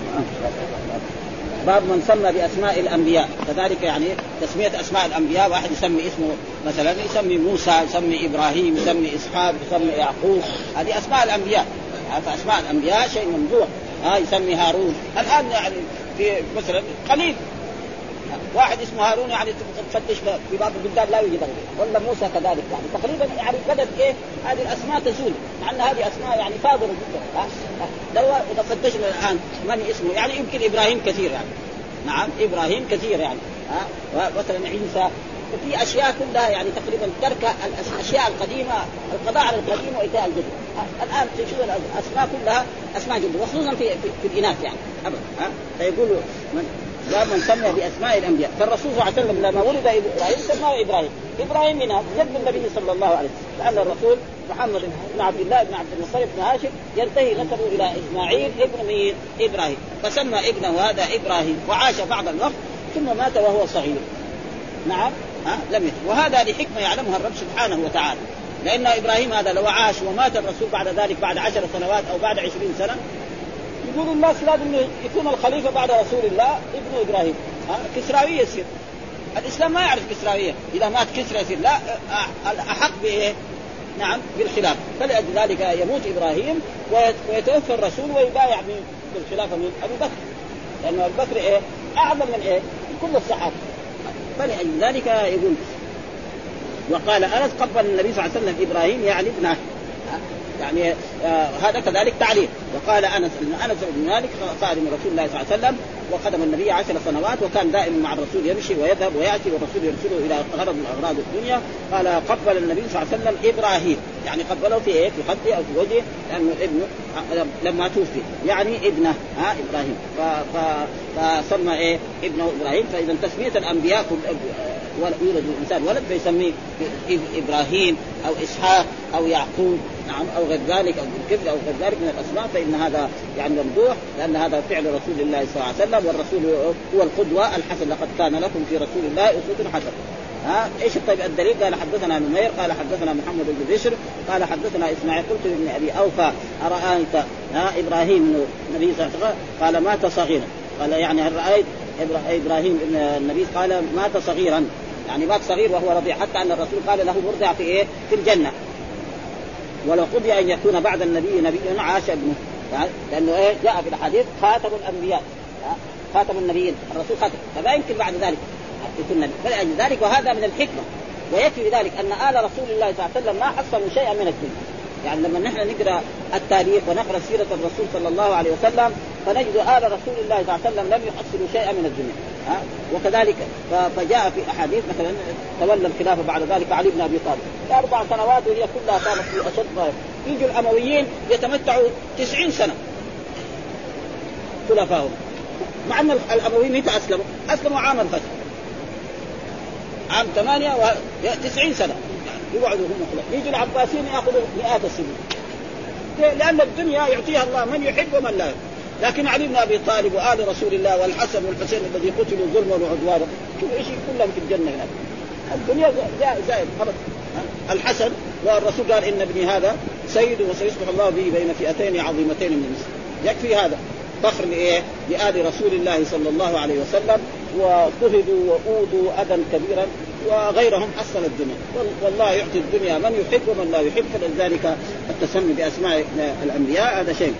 باب من سمى بأسماء الأنبياء، كذلك يعني تسمية أسماء الأنبياء، واحد يسمي اسمه مثلا يسمي موسى، يسمي إبراهيم، يسمي إسحاق، يسمي يعقوب، هذه أسماء الأنبياء. فأسماء الأنبياء شيء ممدوح. يسمي هارون الآن يعني في مثلا قليل واحد اسمه هارون يعني تفتش في بعض البلدان لا يوجد، ولا موسى كذلك، يعني تقريبا يعني بدت ايه هذه الاسماء تزول، مع ان هذه اسماء يعني فاضله جدا. لو اذا فتشنا الان من اسمه يعني يمكن ابراهيم كثير يعني، نعم ابراهيم كثير يعني مثلا عيسى، في اشياء كلها يعني تقريبا ترك الاشياء القديمه، القضاء على القديم وايتاء الجديد. الان تشوف الاسماء كلها اسماء جديده، وخصوصا في الاناث يعني ابدا. فيقولوا لا من سمي بأسماء الأنبياء. فالرسول صلى الله عليه وسلم لما ولد إبراهيم سماه إبراهيم. إبراهيم هنا جد النبي صلى الله عليه وسلم، لأن الرسول محمد بن عبد الله بن عبد المطلب بن هاشم ينتهي نسبه إلى إسماعيل ابن مين؟ إبراهيم، فسمى ابنه هذا إبراهيم، وعاش بعض الوقت ثم مات وهو صغير. نعم لم يت. وهذا لحكمة يعلمها الرب سبحانه وتعالى، لأن إبراهيم هذا لو عاش ومات الرسول بعد ذلك بعد 10 سنوات أو بعد 20 سنة يقول الناس لازم يكون الخليفة بعد رسول الله ابن إبراهيم. كسراوية يصير. الإسلام ما يعرف كسراوية، إذا مات كسرى يصير لا أحق بإيه؟ نعم بالخلافة. فلذلك يموت إبراهيم ويتوفى الرسول ويبايع بالخلافة من أبي بكر، لأن أبي بكر إيه؟ أعظم من إيه؟ كل الصحابة. فلذلك يقول وقال أنس قبل النبي صلى الله عليه وسلم إبراهيم يعني ابنه، يعني هذا كذلك تعليق. وقال أنس بن مالك خادم رسول الله صلى الله عليه وسلم وخدم النبي 10 سنوات، وكان دائما مع الرسول يمشي ويذهب ويأتي، والرسول يرسله إلى غرض من أغراض الدنيا. قال قبل النبي صلى الله عليه وسلم إبراهيم، يعني قبله في إيه؟ في خده أو في وجهه، لأنه ابنه لما توفي يعني ابنه إبراهيم، فسمى إيه؟ ابنه إبراهيم. فإذا تسمية الأنبياء يولد الإنسان ولد فيسميه إبراهيم أو إسحاق أو يعقوب، نعم، أو غير ذلك أو الكبر أو غير ذلك من الأسماء، فإن هذا يعني ممدوح، لأن هذا فعل رسول الله صلى الله عليه وسلم، والرسول هو القدوة الحسن، لقد كان لكم في رسول الله أسوة حسنة. ايش طيب الدليل؟ قال حدثنا نمير قال حدثنا محمد بن بشر قال حدثنا اسماعيل قلت لابن ابي اوفى ارايت ابراهيم النبي صلى الله عليه وسلم قال مات صغيرا، قال يعني هل رايت ابراهيم النبي قال مات صغيرا، يعني مات صغير وهو رضيع، حتى ان الرسول قال له مرضع في ايه؟ في الجنه. ولو قضي ان يكون بعد النبي نبي عاش ابنه، لانه ايه؟ جاء في الحديث خاتم الانبياء، خاتم النبيين، الرسول خاتم، فلا يمكن بعد ذلك يكون نبي. فلأجل ذلك وهذا من الحكمة. ويكفي ذلك أن آل رسول الله صلى الله عليه وسلم ما حصلوا شيئا من الدنيا. يعني لما نحن نقرأ التاريخ ونقرأ سيرة الرسول صلى الله عليه وسلم فنجد آل رسول الله صلى الله عليه وسلم لم يحصلوا شيئا من الدنيا. وكذلك فجاء في أحاديث مثلا تولى الخلافة بعد ذلك علي بن أبي طالب 4 سنوات وهي كلها كانت في أشد ضرر. يجوا الأمويين يتمتعوا 90 سنة خلفائهم، مع أن الأمويين متى أسلموا عام الفتح، عام 98 سنة يقعدوا هم خلفاء. يجوا العباسيين يأخذوا مئات السنين، لأن الدنيا يعطيها الله من يحب ومن لا يحب. لكن علي بن أبي طالب وآل رسول الله والحسن والحسين الذي قتلوا ظلما وعدوانا شوفوا إيش كلهم في الجنة هنا. الدنيا زائد خلاص. الحسن والرسول قال إن ابني هذا سيد وسيصبح الله به بين فئتين عظيمتين من المسلمين. يكفي هذا فخر لآل رسول الله صلى الله عليه وسلم، وطهدوا وأوذوا أذى كبيرا وغيرهم حصل الدنيا. والله يعطي الدنيا من يحب ومن لا يحب. فلذلك التسمي بأسماء الأنبياء هذا شيء.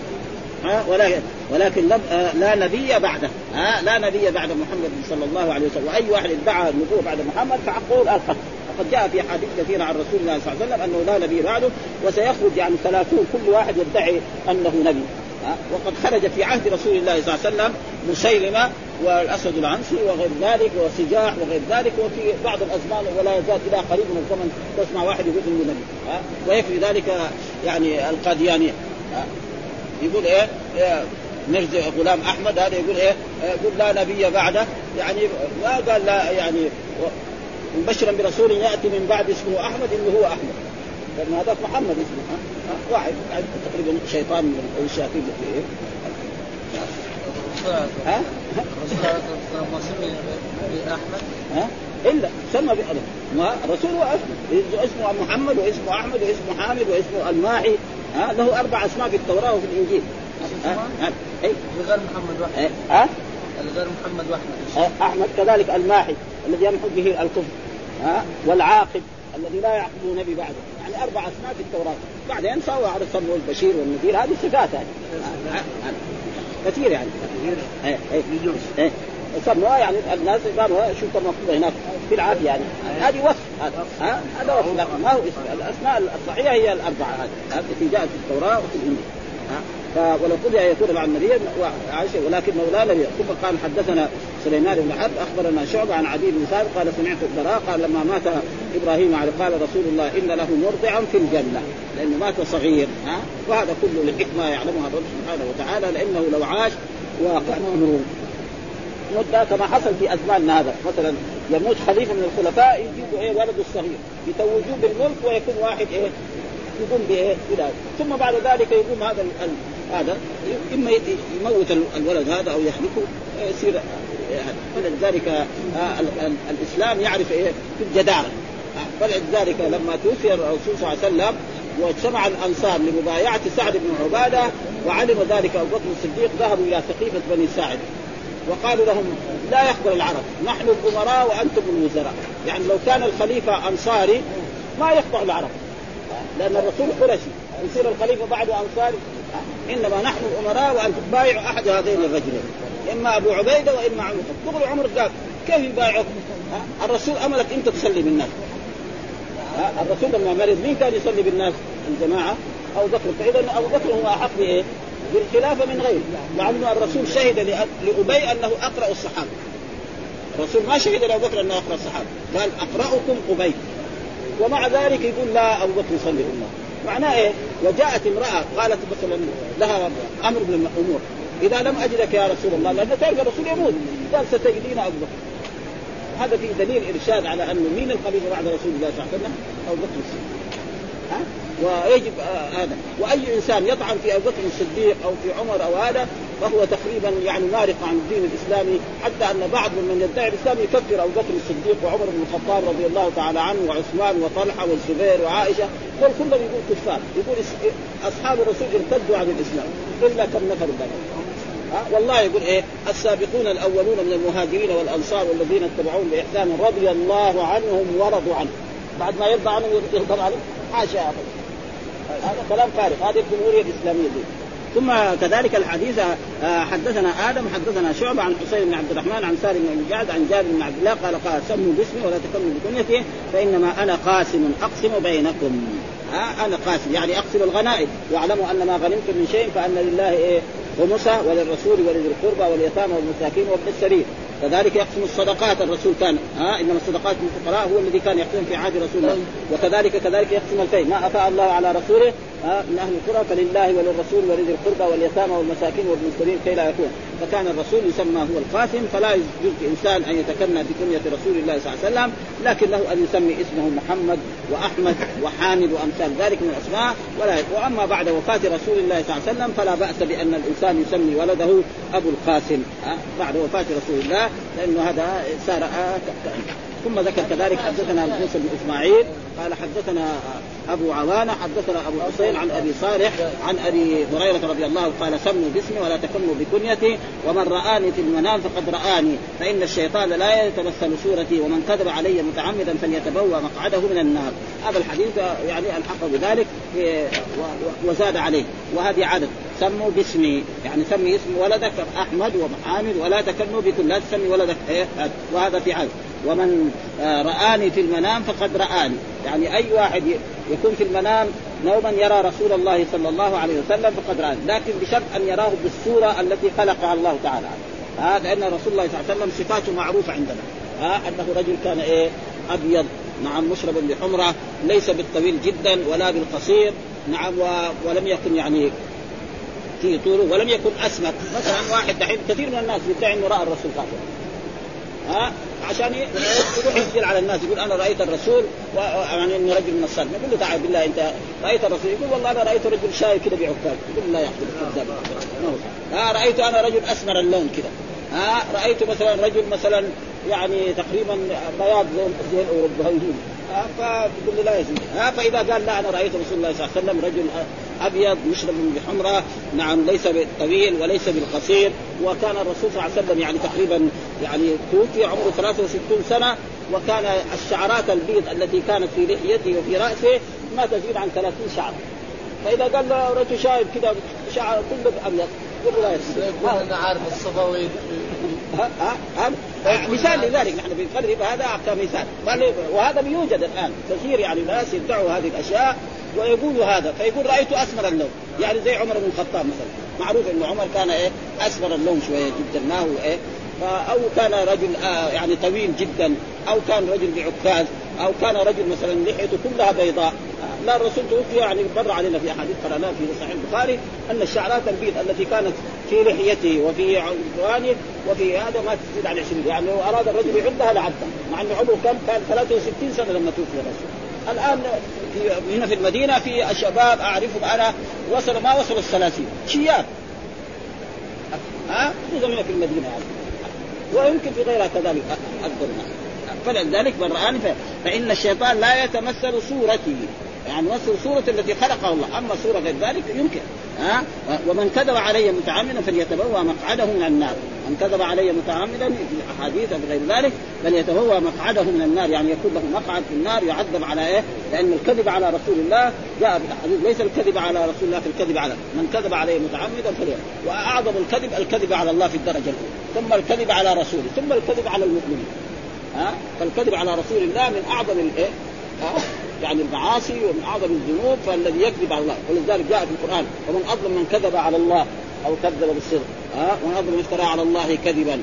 ولكن لا نبي بعده، لا نبي بعد محمد صلى الله عليه وسلم. وأي واحد ادعى النبوة بعد محمد فحقه القتل. وقد جاء في حديث كثيرة عن رسول الله صلى الله عليه وسلم أنه لا نبي بعده، وسيخرج يعني 30 كل واحد يدعي أنه نبي. وقد خرج في عهد رسول الله صلى الله عليه وسلم مسيلمة والأسد العنسي وغير ذلك وسجاح وغير ذلك، وفي بعض الأزمان ولا يزال إلى قريب من الزمن تسمع واحد يقول إنه نبي. ويكفي ذلك يعني القاديانية يقول إيه مرزا غلام أحمد هذا يقول إيه؟ يقول لا نبي بعده، يعني ما قال لا يعني مبشرا برسول يأتي من بعد اسمه أحمد إنه هو أحمد، لأن هذا محمد اسمه واحد تقريبا شيطان من الشياطين في إيه؟ الرسول سمي بأحمد إلا سمى بأحمد، ما رسول أحمد اسمه محمد واسمه أحمد واسمه حامد واسمه الماعي، له 4 أسماء في التوراة وفي الإنجيل. غير محمد واحد. غير محمد واحد. أحمد كذلك الماحي الذي يمحو به الكفر، والعاقب الذي لا يعقب نبي بعده، يعني 4 أسماء في التوراة. بعدين سوى على الصم والبشير والنذير، هذه صفات كثير يعني سموها يعني الناس قالوا شو المفروض هناك في العادي يعني هذه وصف هذا وصف، لكن ما هو اسم. الأسماء الصحيحة هي 4 هذه التي جاءت في التوراة وفي الإنجيل. ولو قضي يكون مع النبي وعائشة ولكنه لا نبي. ثم قال حدثنا سليمان بن حرب أخبرنا شعبة عن عدي بن ثابت قال سمعت البراء قال لما مات إبراهيم قال رسول الله إن له مرضعا في الجنة، لأنه مات صغير. وهذا كله لحكمة يعلمها الرب سبحانه وتعالى، لأنه لو عاش وقع أمره. مدة كما حصل في أزماننا هذا، مثلا يموت خليفة من الخلفاء يجيبوا ولده الصغير يتوجوه بالملك ويكون واحد يقوم بولاده، ثم بعد ذلك يقوم هذا إما يموت الولد هذا أو يحرقه يصير فلذلك الإسلام يعرف في الجدارة. فلذلك لما توفي الرسول صلى الله عليه وسلم واجتمع الأنصار لمبايعة سعد بن عبادة وعلم ذلك أبو بكر الصديق ذهبوا إلى سقيفة بني ساعد وقالوا لهم لا يقبل العرب، نحن الأمراء وأنتم الوزراء. يعني لو كان الخليفة أنصاري ما يخضع العرب، لأن الرسول قرشي يصير الخليفة بعد أنصاري، إنما نحن الأمراء وأنتم بايعوا أحد هذين الرجلين، إما أبو عبيدة وإما عمر. تقول عمر قال كيف يبايعكم؟ الرسول أملك أنت تصلي بالناس. الرسول لما مرض مين كان يصلي بالناس؟ الجماعة أبو بكر. فإذا أبو بكر هو أحق بالخلافة من غيره، مع أن الرسول شهد لأبي أنه أقرأ الصحابة. الرسول ما شهد لأبو بكر أنه أقرأ الصحابة، قال أقرأكم أبي، ومع ذلك يقول لا أبو بكر يصلي بالله. معناه وجاءت امرأة قالت مثلا لها أمر من الأمور، إذا لم أجدك يا رسول الله، لأن تعرف الرسول يموت، قال ستجدين أبو بكر. هذا فيه دليل إرشاد على أنه مين الخليفة بعد رسول الله صلى الله عليه وسلم؟ أبو بكر الصديق. ويجب هذا. وأي إنسان يطعن في أبو بكر الصديق أو في عمر أو هذا فهو تقريبا يعني مارق عن الدين الإسلامي، حتى أن بعض من يدعي الإسلام يكفر أبو بكر الصديق وعمر بن الخطاب رضي الله تعالى عنه وعثمان وطلحة والزبير وعائشة، كلهم يقول كفار، يقول أصحاب الرسول ارتدوا عن الإسلام إلا كم نفر ذلك. والله يقول السابقون الأولون من المهاجرين والأنصار والذين اتبعوهم بإحسان رضي الله عنهم ورضوا عنه. بعد ما يرضى عنهم يرضى عنهم؟ حاشا، هذا كلام فارغ، هذه الجمهورية الإسلامية دي. ثم كذلك الحديث حدثنا آدم حدثنا شعبة عن حسين بن عبد الرحمن عن سالم بن جعد عن جابر بن عبد الله قال سموا باسمي ولا تكلموا بكنيتي فإنما أنا قاسم أقسم بينكم. أنا قاسم يعني أقسم الغنائم، واعلموا أن ما غنمتم من شيء فأن لله خمسه وللرسول ولذي القربى واليتامى والمساكين وابن السبيل. كذلك يقسم الصدقات، الرسول كان إنما الصدقات للفقراء هو الذي كان يقسم في عهد رسول الله. وكذلك يقسم الفيء ما أفاء الله على رسوله من أهل القرى فلله وللرسول ولذي القربى واليتامى والمساكين وابن السبيل كي لا يكون. فكان الرسول يسمى هو القاسم، فلا يجوز لإنسان أن يتكنى بكنية رسول الله صلى الله عليه وسلم، لكن له أن يسمي اسمه محمد وأحمد وحامد وأمثال ذلك من الأسماء. وأما بعد وفاة رسول الله صلى الله عليه وسلم فلا بأس بأن الإنسان يسمي ولده أبو القاسم بعد وفاة رسول الله، لأنه هذا صار. ثم ذكر كذلك حدثنا موسى بن إسماعيل قال حدثنا أبو عوانة حدثنا أبو حسين عن أبي صالح عن أبي هريرة رضي الله قال سموا باسمي ولا تكنوا بكنيتي ومن رآني في المنام فقد رآني فإن الشيطان لا يتمثل صورتي ومن كذب علي متعمدا فليتبوأ مقعده من النار. هذا الحديث يعني الحق بذلك وزاد عليه. وهذه عدد سموا باسمي يعني سمي اسم ولدك أحمد ومحامد ولا تكنوا بكل، لا تسمي ولدك وهذا في عدد. ومن رآني في المنام فقد رآني يعني أي واحد يكون في المنام نوما يرى رسول الله صلى الله عليه وسلم فقد رآني، لكن بشرط أن يراه بالصورة التي خلقها الله تعالى. لأن رسول الله صلى الله عليه وسلم صفاته معروفة عندنا أنه رجل كان أبيض نعم مشربا بحمرة، ليس بالطويل جدا ولا بالقصير نعم، ولم يكن يعني في طوله ولم يكن أسمك. مثلا واحد دحين كثير من الناس يدعي أنه رأى الرسول قاتل عشان يروح يسجل على الناس يقول أنا رأيت الرسول يعني إنه رجل من الصالح. يقول له تعال بالله أنت رأيت الرسول؟ يقول والله أنا رأيت رجل شايب كده بعكاز. يقول لا يحصل كذاب. رأيت أنا رجل أسمر اللون كده. رأيت مثلا رجل مثلا يعني تقريبا بياض زي الأوروبيين فيقول له لا يزيد. فإذا قال لا أنا رأيت رسول الله صلى الله عليه وسلم رجل أبيض مشرب بحمرة نعم ليس بالطويل وليس بالقصير. وكان الرسول صلى الله عليه وسلم يعني تقريبا يعني توفي عمره 63 سنة، وكان الشعرات البيض التي كانت في لحيته وفي رأسه ما تزيد عن 30 شعر. فإذا قال له رجل شايب كده شعر كله أبيض يقول لا يزيد. أنا عارف الصفوي مثال لذلك نحن بنقرب هذا كمثال. وهذا بيوجد الآن كثير يعني ناس يدعوا هذه الأشياء ويقولوا هذا، فيقول رأيت أسمر اللون يعني زي عمر بن الخطاب مثلا. معروف إنه عمر كان أسمر اللون شوية جدا ما هو أو كان رجل يعني طويل جدا، أو كان رجل بعكاز، أو كان رجل مثلا لحيته كلها بيضاء لا الرسول توفي يعني مر علينا في احاديث قرأناها في صحيح البخاري ان الشعرات البيض التي كانت في لحيته وفي عنقوانه وفي هذا ما تزيد عن 20. يعني لو اراد الرجل يعدها لعدها، مع انه عمره كان 63 سنه لما توفي الرسول. الان هنا في المدينه في الشباب اعرفهم انا ما وصلوا 30 شياب، خصوصا في المدينه يعني، ويمكن في غيرها كذلك أكثر. فلذلك من رآني فإن الشيطان لا يتمثل صورته، يعني مثل صورة التي خلقها الله، أما صورة غير ذلك يمكن. ومن كذب علي متعمدا فليتبوأ مقعده من النار. من كذب علي متعمدا في أحاديث غير ذلك فليتبوأ مقعده من النار، يعني يكون له مقعد في النار يعذب على إيه؟ لأن الكذب على رسول الله جاء في الحديث ليس الكذب على رسول الله كالكذب على من كذب علي متعمدا فليتبوأ. وأعظم الكذب على الله في الدرجة الأولى، ثم الكذب على رسوله، ثم الكذب على المؤمنين. فالكذب على رسول الله من أعظم الإيه؟ يعني المعاصي ومن أعظم الذنوب، فالذي يكذب على الله. ولذلك جاء في القرآن ومن أظلم من كذب على الله أو كذب بالصدق، ومن أظلم من افترى على الله كذبا.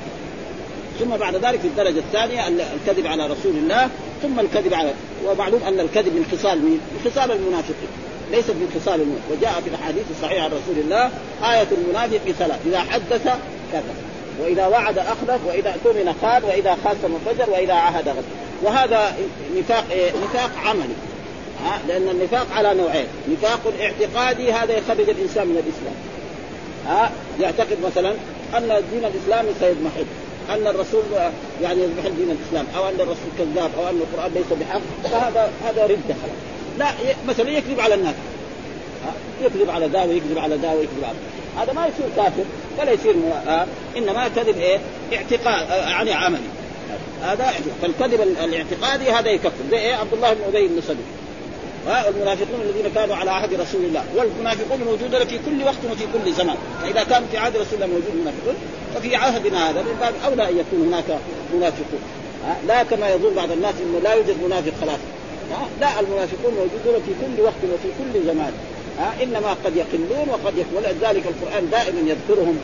ثم بعد ذلك في الدرجة الثانية الكذب على رسول الله، ثم الكذب على. ومعلوم أن الكذب من خصال من خصال المنافقين، ليس من خصال المؤمن. وجاء في الأحاديث الصحيحة عن رسول الله آية المنافق 3: إذا حدث كذب، وإذا وعد أخلف، وإذا اؤتمن خان، وإذا خاصم فجر، وإذا عاهد غدر. وهذا نفاق عملي، لأن النفاق على نوعين: نفاق اعتقادي هذا يخرج الإنسان من الإسلام، يعتقد مثلا أن دين الإسلام سيضمحل، أن الرسول يعني يضمحل دين الإسلام، أو أن الرسول كذاب، أو أن القرآن ليس بحق، فهذا ردة خلاص. لا مثلا يكذب على الناس، يكذب على ذا ويكذب على ذا ويكذب على ذا، هذا ما يصير كافر ولا يصير إنما كذب اعتقاد يعني عملي. هذا فالكذب الاعتقادي هذا يكفر، زي عبد الله بن أبي بن سلول والمنافقون الذين كانوا على عهد رسول الله. والمنافقون موجودون في كل وقت وفي كل زمان، فإذا كان في عهد رسول الله موجود منافقون، ففي عهدنا هذا من باب أولى أن يكون هناك منافقون. لا كما يظن بعض الناس إنه لا يوجد منافق خلاص، لا، المنافقون موجودون في كل وقت وفي كل زمان، إنما قد يقلون وقد يكون. ولذلك القرآن دائما يذكرهم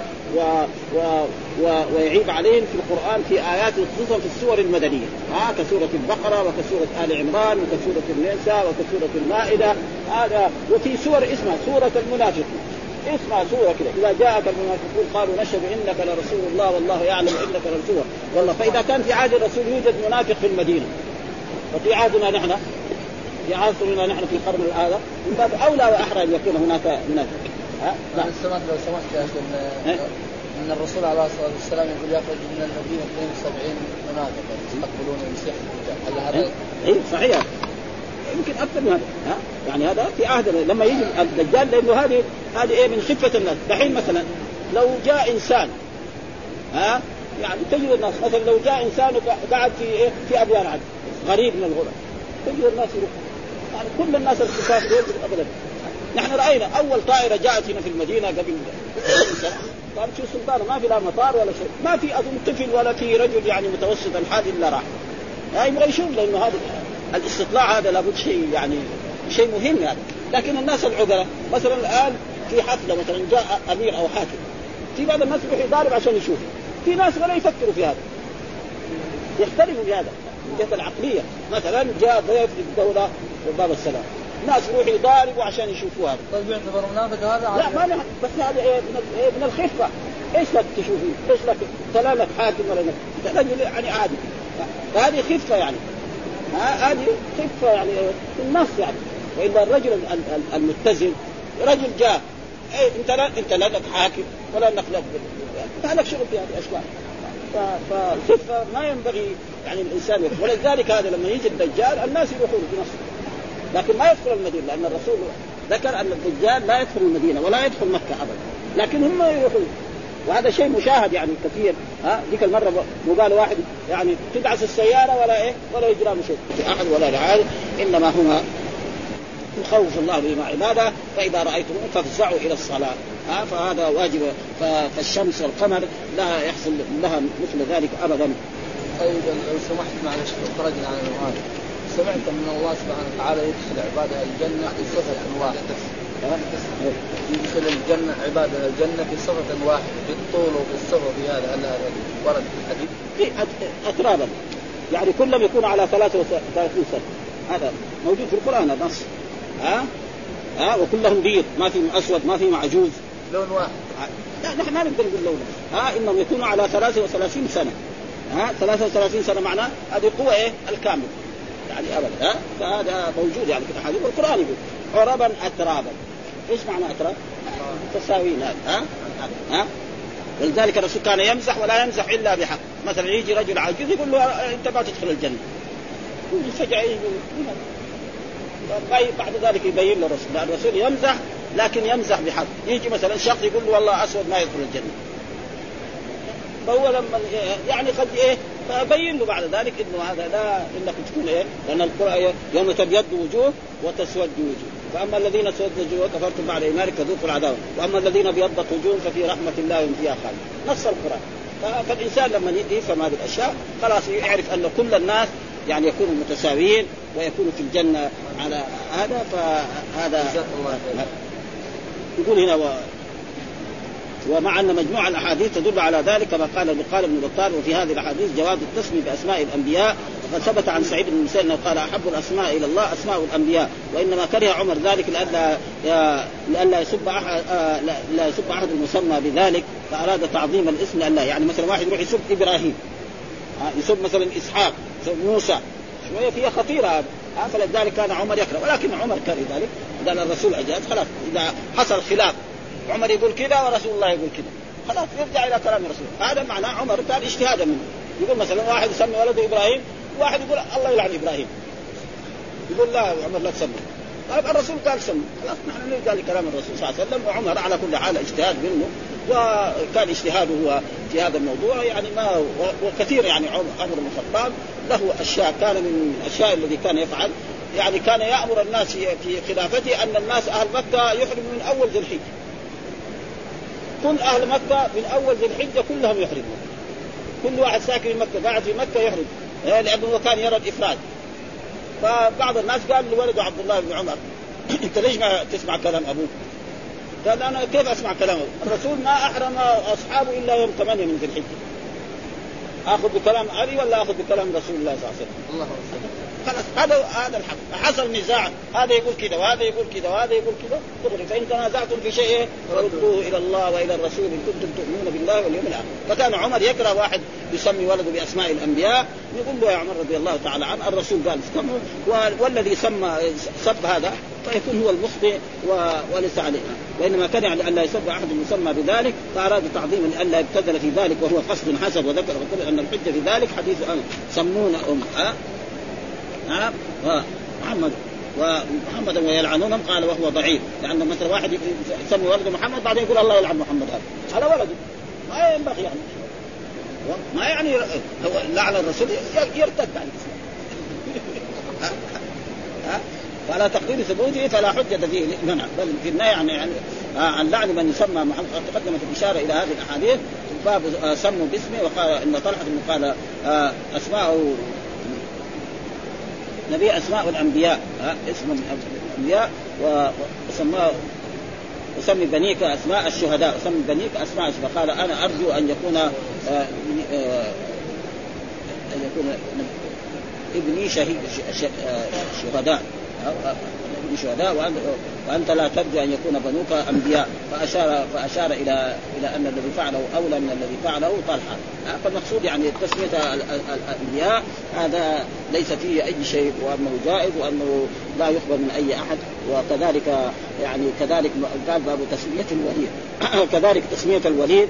ويعيب عليهم في القرآن في آيات، خصوصا في السور المدنية، كسورة البقرة وكسورة آل عمران وكسورة النساء وكسورة المائدة، هذا. وفي سور اسمها سورة المنافقين، اسمها سورة كده: إذا جاءك المنافقون قالوا نشهد إنك لرسول الله والله يعلم إنك لرسول والله. فإذا كان في عهد الرسول يوجد منافق في المدينة، وفي عهدنا نحن في عصرنا نحن في القرن هذا من باب أولى وأحرى أن يكون هناك منافق. لا سمعت لو سمحت يا أخي أن الرسول عليه الصلاة والسلام يقول يخرج من المدينة 72 منافقا يقبلون المسيح. هل هذا صحيح؟ يمكن أكثر من هذا. يعني هذا في عهدنا لما يجي الدجال، لأنه هذه من خفة الناس. دحين مثلا لو جاء إنسان يعني تجد الناس مثلا لو جاء إنسان قاعد في أبيار عدن غريب من الغرب، تجد الناس يروح، يعني كل الناس الكفار أبدا. نحن رأينا أول طائرة جاءت هنا في المدينة قبل سنة، كانت في سلطانة، ما في لا مطار ولا شيء، ما في أظن طفل ولا في رجل يعني متوسط الحال إلا راح. يبغى يشوف، لأنه هذا الاستطلاع هذا لابد شيء يعني شيء مهم يعني. لكن الناس العقلاء مثلا الآن في حفلة مثلا جاء أمير أو حاكم، في بعض الناس يروح يضارب عشان يشوف، في ناس ولا يفكروا في هذا، يختلفوا في هذا من جهة العقلية. مثلا جاء ضيف للدولة وباب السلام، الناس يروحوا يضاربوا عشان يشوفوا هذا. طيب يعتبر منافق هذا؟ لا ما بس هذا من الخفة. ايش لك تشوفين؟ ايش لك تلالك حاكم ولا نفس رجل يعني عادي، فهذه خفة يعني، هذه خفة يعني في النص يعني. وإلا الرجل المتزن رجل جاء انت لا لك حاكم ولا لك هذا شغل في هذه الاشياء. فالخفة ما ينبغي يعني الانسان يفعل. ولذلك هذا لما يجي الدجال الناس يروحون بنصر، لكن ما يدخل المدينة، لأن الرسول ذكر أن الدجال لا يدخل المدينة ولا يدخل مكة أبدا، لكن هم يروحون. وهذا شيء مشاهد يعني كثير. ذيك المرة قال واحد يعني تدعس السيارة ولا يجرى شيء في أحد ولا لعاد، إنما هما يخوف الله بما عباده. فإذا رأيتم فافزعوا إلى الصلاة، فهذا واجب. فالشمس والقمر لا يحصل لها مثل ذلك أبدا. طيب لو سمحت معلش خرجنا عن المواد، سمعت من الله سبحانه وتعالى يدخل عباده الجنة في صفة واحدة، يدخل الجنة عباده الجنة في صفة واحدة بالطول وبالصفة في هذا ورد في الحديث أترابا، يعني كلهم يكون على 33 سنة. هذا موجود في القرآن نص. وكلهم بيض ما فيهم أسود ما فيهم عجوز لون واحد. لا نحن ما نقدر نقول لونه. إنهم يكونوا على 33 سنة. 33 سنة معناه هذه القوة الكاملة يعني أبدا. فهذا موجود يعني في الحديث والقرآن يقول عربا أترابا. إيش معنى أتراب؟ تساوين هذا. ولذلك الرسول كان يمزح ولا يمزح إلا بحق. مثلا يجي رجل عجوز يقول له أنت ما تدخل الجنة. فجأة يقول بعد ذلك يبين له الرسول يمزح لكن يمزح بحق. يجي مثلا شخص يقول له والله أسود ما يدخل الجنة. فهو لما يعني قد فبين له بعد ذلك إنه هذا لا إنك تكون لأن القرآن يوم تبيض وجوه وتسود وجوه. فأما الذين سودت وجوه كفرتم بعد إيمانكم فذوقوا العذاب وأما الذين بيضت وجوههم ففي رحمة الله هم فيها خالدون. نص القرآن. فالإنسان لما يفهم هذه الأشياء خلاص يعرف أن كل الناس يعني يكونوا متساويين ويكونوا في الجنة على هذا. فهذا يقول هنا ومع أن مجموعة الأحاديث تدل على ذلك كما قال ابن بطال. وفي هذه الأحاديث جواز التسمية بأسماء الأنبياء وقد ثبت عن سعيد بن المسيب أنه قال أحب الأسماء إلى الله أسماء الأنبياء وإنما كره عمر ذلك لألا يسب أحد المسمى بذلك فأراد تعظيم الاسم لله. يعني مثلا واحد يروح يسب إبراهيم يسب مثلا إسحاق يسب موسى شوية فيها خطيرة هذا. فلذلك كان عمر يكره ولكن عمر كره ذلك قال الرسول أجاز خلاص. إذا حصل خلاف عمر يقول كذا ورسول الله يقول كذا خلاص يرجع إلى كلام الرسول. هذا معناه عمر كان اجتهادا منه. يقول مثلا واحد يسمي ولده إبراهيم واحد يقول الله يلعن إبراهيم يقول لا عمر لا تسمي. طيب الرسول قال سمي خلاص نحن نرجع لكلام الرسول صلى الله عليه وسلم. وعمر على كل حال اجتهاد منه وكان اجتهاده هو في هذا الموضوع يعني ما وكثير يعني عمر بن الخطاب له أشياء كان من الأشياء الذي كان يفعل يعني كان يأمر الناس في خلافته أن الناس أهل مكة يحرموا من أول ذي الحجة. كل أهل مكة من أول ذي الحجة كلهم يحرمون. كل واحد ساكن في مكة قاعد في مكة يحرم لأنه كان يرى الإفراد. فبعض الناس قال لولده عبد الله بن عمر أنت ليش ما تسمع كلام أبوك؟ قال أنا كيف أسمع كلامه؟ الرسول ما أحرم أصحابه إلا يوم 8 من ذي الحجة. أخذ بكلام أبي ولا أخذ بكلام رسول الله صلى الله عليه وسلم؟ الله خلاص هذا الحق. حصل نزاع هذا يقول كذا وهذا يقول كذا وهذا يقول كذا تقول فإن تنازعتم في شيء فردوه إلى الله وإلى الرسول إن كنتم تؤمنون بالله واليوم الآخر. فكان عمر يكره واحد يسمي ولده بأسماء الأنبياء يقول له يا عمر رضي الله تعالى عنه الرسول قال استمعوا والذي سب هذا فيكون هو المخطئ وليس عليه. وإنما كان يعني أن لا يسب أحد المسمى بذلك فأراد تعظيما أن لا يبتذل في ذلك وهو قصد حسب وذكر وقال أن الحجة في ذلك حديث سمون محمد ويلعنونهم قال وهو ضعيف لأن مثلا واحد يسمي ولده محمد بعدين يقول الله يلعن محمد هذا ولده ما ينبغي يعني ما يعني هو لعن الرسول يرتد عن الإسلام. فلا تقدير ثبوته فلا حجة فيه منع بل في النهي عن لعن من يسمى محمد. تقدمت الإشارة إلى هذه الأحاديث باب سموا باسمه وقال إن طلحة قال أسماء نبي أسماء الأنبياء اسم الأنبياء وسماه وسمي بنيك أسماء الشهداء وسمي بنيك أسماء الشهداء. قال أنا أرجو أن يكون ابني شهداء وأنت لا ترجو أن يكون بنوك أنبياء. فأشار إلى أن الذي فعله أولى من الذي فعله طلحة. فالمقصود يعني تسمية الأنبياء هذا ليس فيه أي شيء وأنه جائز وأنه لا يخبر من أي أحد. وكذلك يعني كذلك قال باب تسمية الوليد كذلك تسمية الوليد.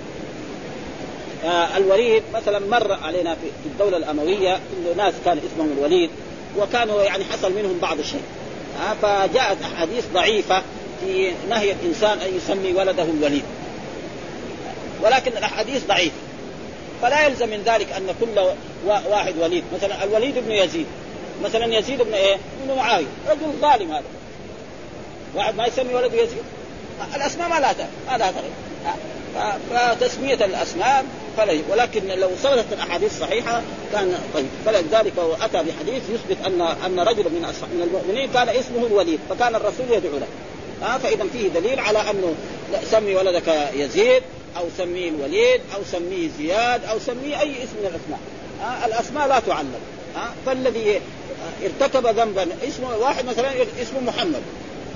الوليد مثلا مر علينا في الدولة الأموية إنه ناس كان اسمهم الوليد وكانوا يعني حصل منهم بعض الشيء فجاءت أحاديث ضعيفة في نهي الإنسان أن يسمي ولده الوليد ولكن الأحاديث ضعيفة فلا يلزم من ذلك أن كل واحد وليد. مثلا الوليد ابن يزيد مثلا يزيد ابن ابن معاوية رجل ظالم هذا واحد ما يسمي ولده يزيد. الأسماء ما لا تغير فتسمية الأسماء فلا. ولكن لو صورت الأحاديث صحيحة كان طيب. فلذلك أتى بحديث يثبت أن رجل من المؤمنين كان اسمه الوليد فكان الرسول يدعو له. فإذا فيه دليل على أنه سمي ولدك يزيد أو سميه الوليد أو سميه زياد أو سميه أي اسم من الأسماء. الأسماء لا تعلم. فالذي ارتكب ذنبا اسمه واحد مثلا اسمه محمد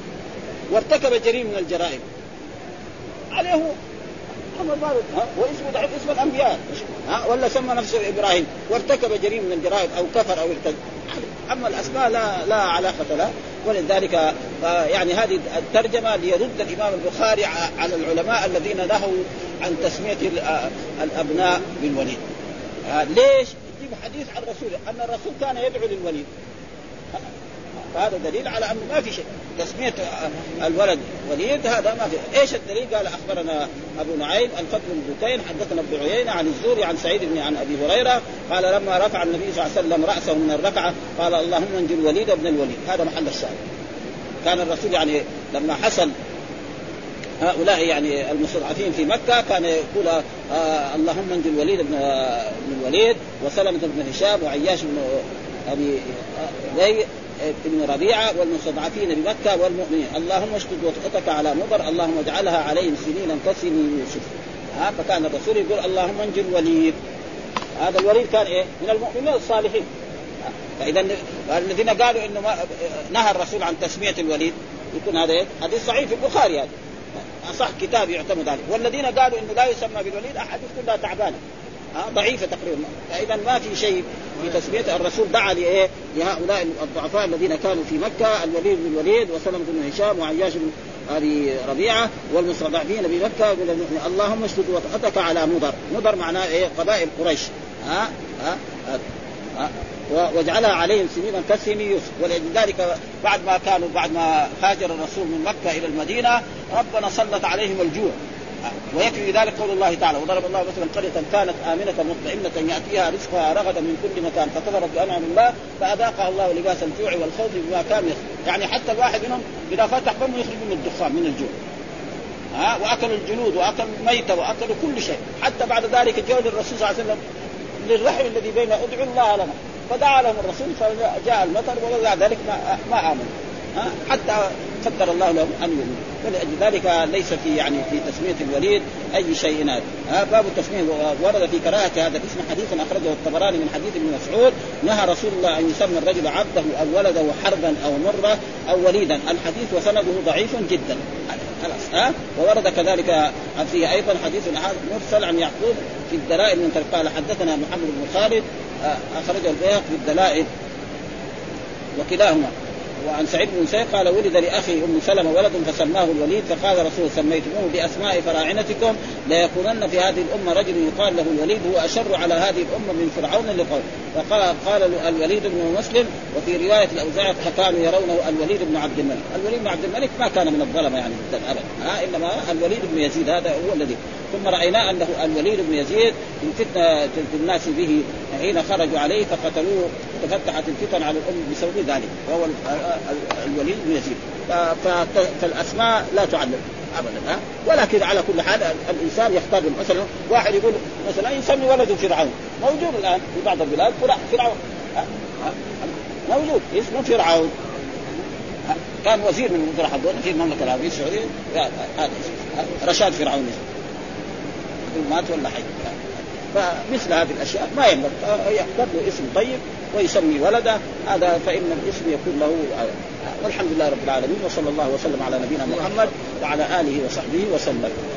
وارتكب جريمة من الجرائم عليه محمد واسمه ضعيف اسم الأنبياء ولا سمى نفسه إبراهيم وارتكب جريمة من الجرائم أو كفر أو ارتد. أما الأسماء لا علاقة له. ولذلك يعني هذه الترجمة ليرد الإمام البخاري على العلماء الذين نهوا عن تسمية الأبناء بالوليد. ليش؟ يجيب حديث عن الرسول أن الرسول كان يدعو للوليد، فهذا دليل على أنه ما في شيء تسمية الولد وليد، هذا ما في. إيش الدليل؟ قال أخبرنا أبو نعيم الفضل بن بكين حدثنا ابن عيينة عن الزهري عن سعيد بن عن أبي هريرة قال لما رفع النبي صلى الله عليه وسلم رأسه من الركعة قال اللهم انجي الوليد ابن الوليد. هذا محل الشاهد. كان الرسول يعني لما حصل هؤلاء يعني المستضعفين في مكة كان يقول اللهم انجي الوليد ابن الوليد وسلمة بن هشام وعياش بن أبي ابن ربيعة والمستضعفين بمكة والمؤمنين اللهم اشدد وطأتك على مضر اللهم اجعلها عليهم سنين كسنين يوسف. فكان الرسول يقول اللهم انجي الوليد. هذا الوليد كان من المؤمنين الصالحين. فإذا الذين قالوا إنه نهى الرسول عن تسمية الوليد يكون هذا حديث صحيح في البخاري، هذا أصح كتاب يعتمد عليه. والذين قالوا إنه لا يسمى بالوليد أحاديث كلها تعبانة ضعيفة تقريبا. فإذا ما في شيء في تسمية. الرسول دعا لهؤلاء الضعفاء الذين كانوا في مكة الوليد بن الوليد وسلمة بن هشام وعياش بن أبي ربيعة والمستضعفين بمكة اللهم اشدد وطأتك على مضر. مضر معناه قبائل قريش واجعلها عليهم سنين كسن يوسف. ولذلك بعد ما هاجر الرسول من مكة إلى المدينة ربنا سلط عليهم الجوع. ويكفي ذلك قول الله تعالى وضرب الله مثلا قرية كانت آمنة مطمئنة يأتيها رزقها رغدا من كل مكان فكفرت بأنعم الله فأذاقها الله لباس الجوع والخوف بما كانوا يعني حتى الواحد منهم إذا فتح فمه يخرج من الدخان من الجوع. وأكلوا الجلود وأكلوا الميتة وأكلوا كل شيء. حتى بعد ذلك جاء الرسول صلى الله عليه وسلم للرحم الذي بين ادعوا الله لنا فدعا لهم الرسول فجاء المطر ولا ذلك ما آمنوا حتى قدر الله لهم أن يؤمنوا. ولأجل ذلك ليس في يعني في تسمية الوليد أي شيء هذا. باب التسمية ورد في كراهة هذا الاسم حديث أخرجه الطبراني من حديث ابن مسعود نهى رسول الله أن يسمى الرجل عبده أو ولده حربا أو مرة أو وليدا. الحديث وسنده ضعيف جدا خلاص. وورد كذلك فيه أيضا حديث مرسل عن يعقوب في الدلائل من قال حدثنا محمد بن خالد أخرجه البيهقي في الدلائل وكلاهما وعن سعيد بن مسيب قال ولد لأخي أم سلمة ولد فسماه الوليد فقال رسول سميتموه بأسماء فراعنتكم ليكونن في هذه الأمة رجل يقال له الوليد هو أشر على هذه الأمة من فرعون لقوم. فقال الوليد بن مسلم. وفي رواية الأوزاعي فكانوا يرونه الوليد بن عبد الملك. الوليد بن عبد الملك ما كان من الظلمة يعني أبدا إنما الوليد بن يزيد هذا هو الذي. ثم رأينا أنه الوليد بن يزيد من فتنة الناس به حين خرجوا عليه فقتلوه وتفتحت الفتن على الأمة بسبب ذلك وهو الوليد بن يزيد. فالأسماء لا تعلم أبدا ولكن على كل حال الإنسان يختار. مثلا واحد يقول مثلا يسمي ولده فرعون موجود الآن في بعض البلاد فرعون موجود اسمه فرعون كان وزير من وزراء حضور في المملكة العربية السعودية رشاد فرعون مات ولا حي. فمثل هذه الأشياء ما ينبغي يختار له اسم طيب ويسمي ولده هذا فإن الاسم يكون له. والحمد لله رب العالمين وصلى الله وسلم على نبينا محمد وعلى آله وصحبه وسلم.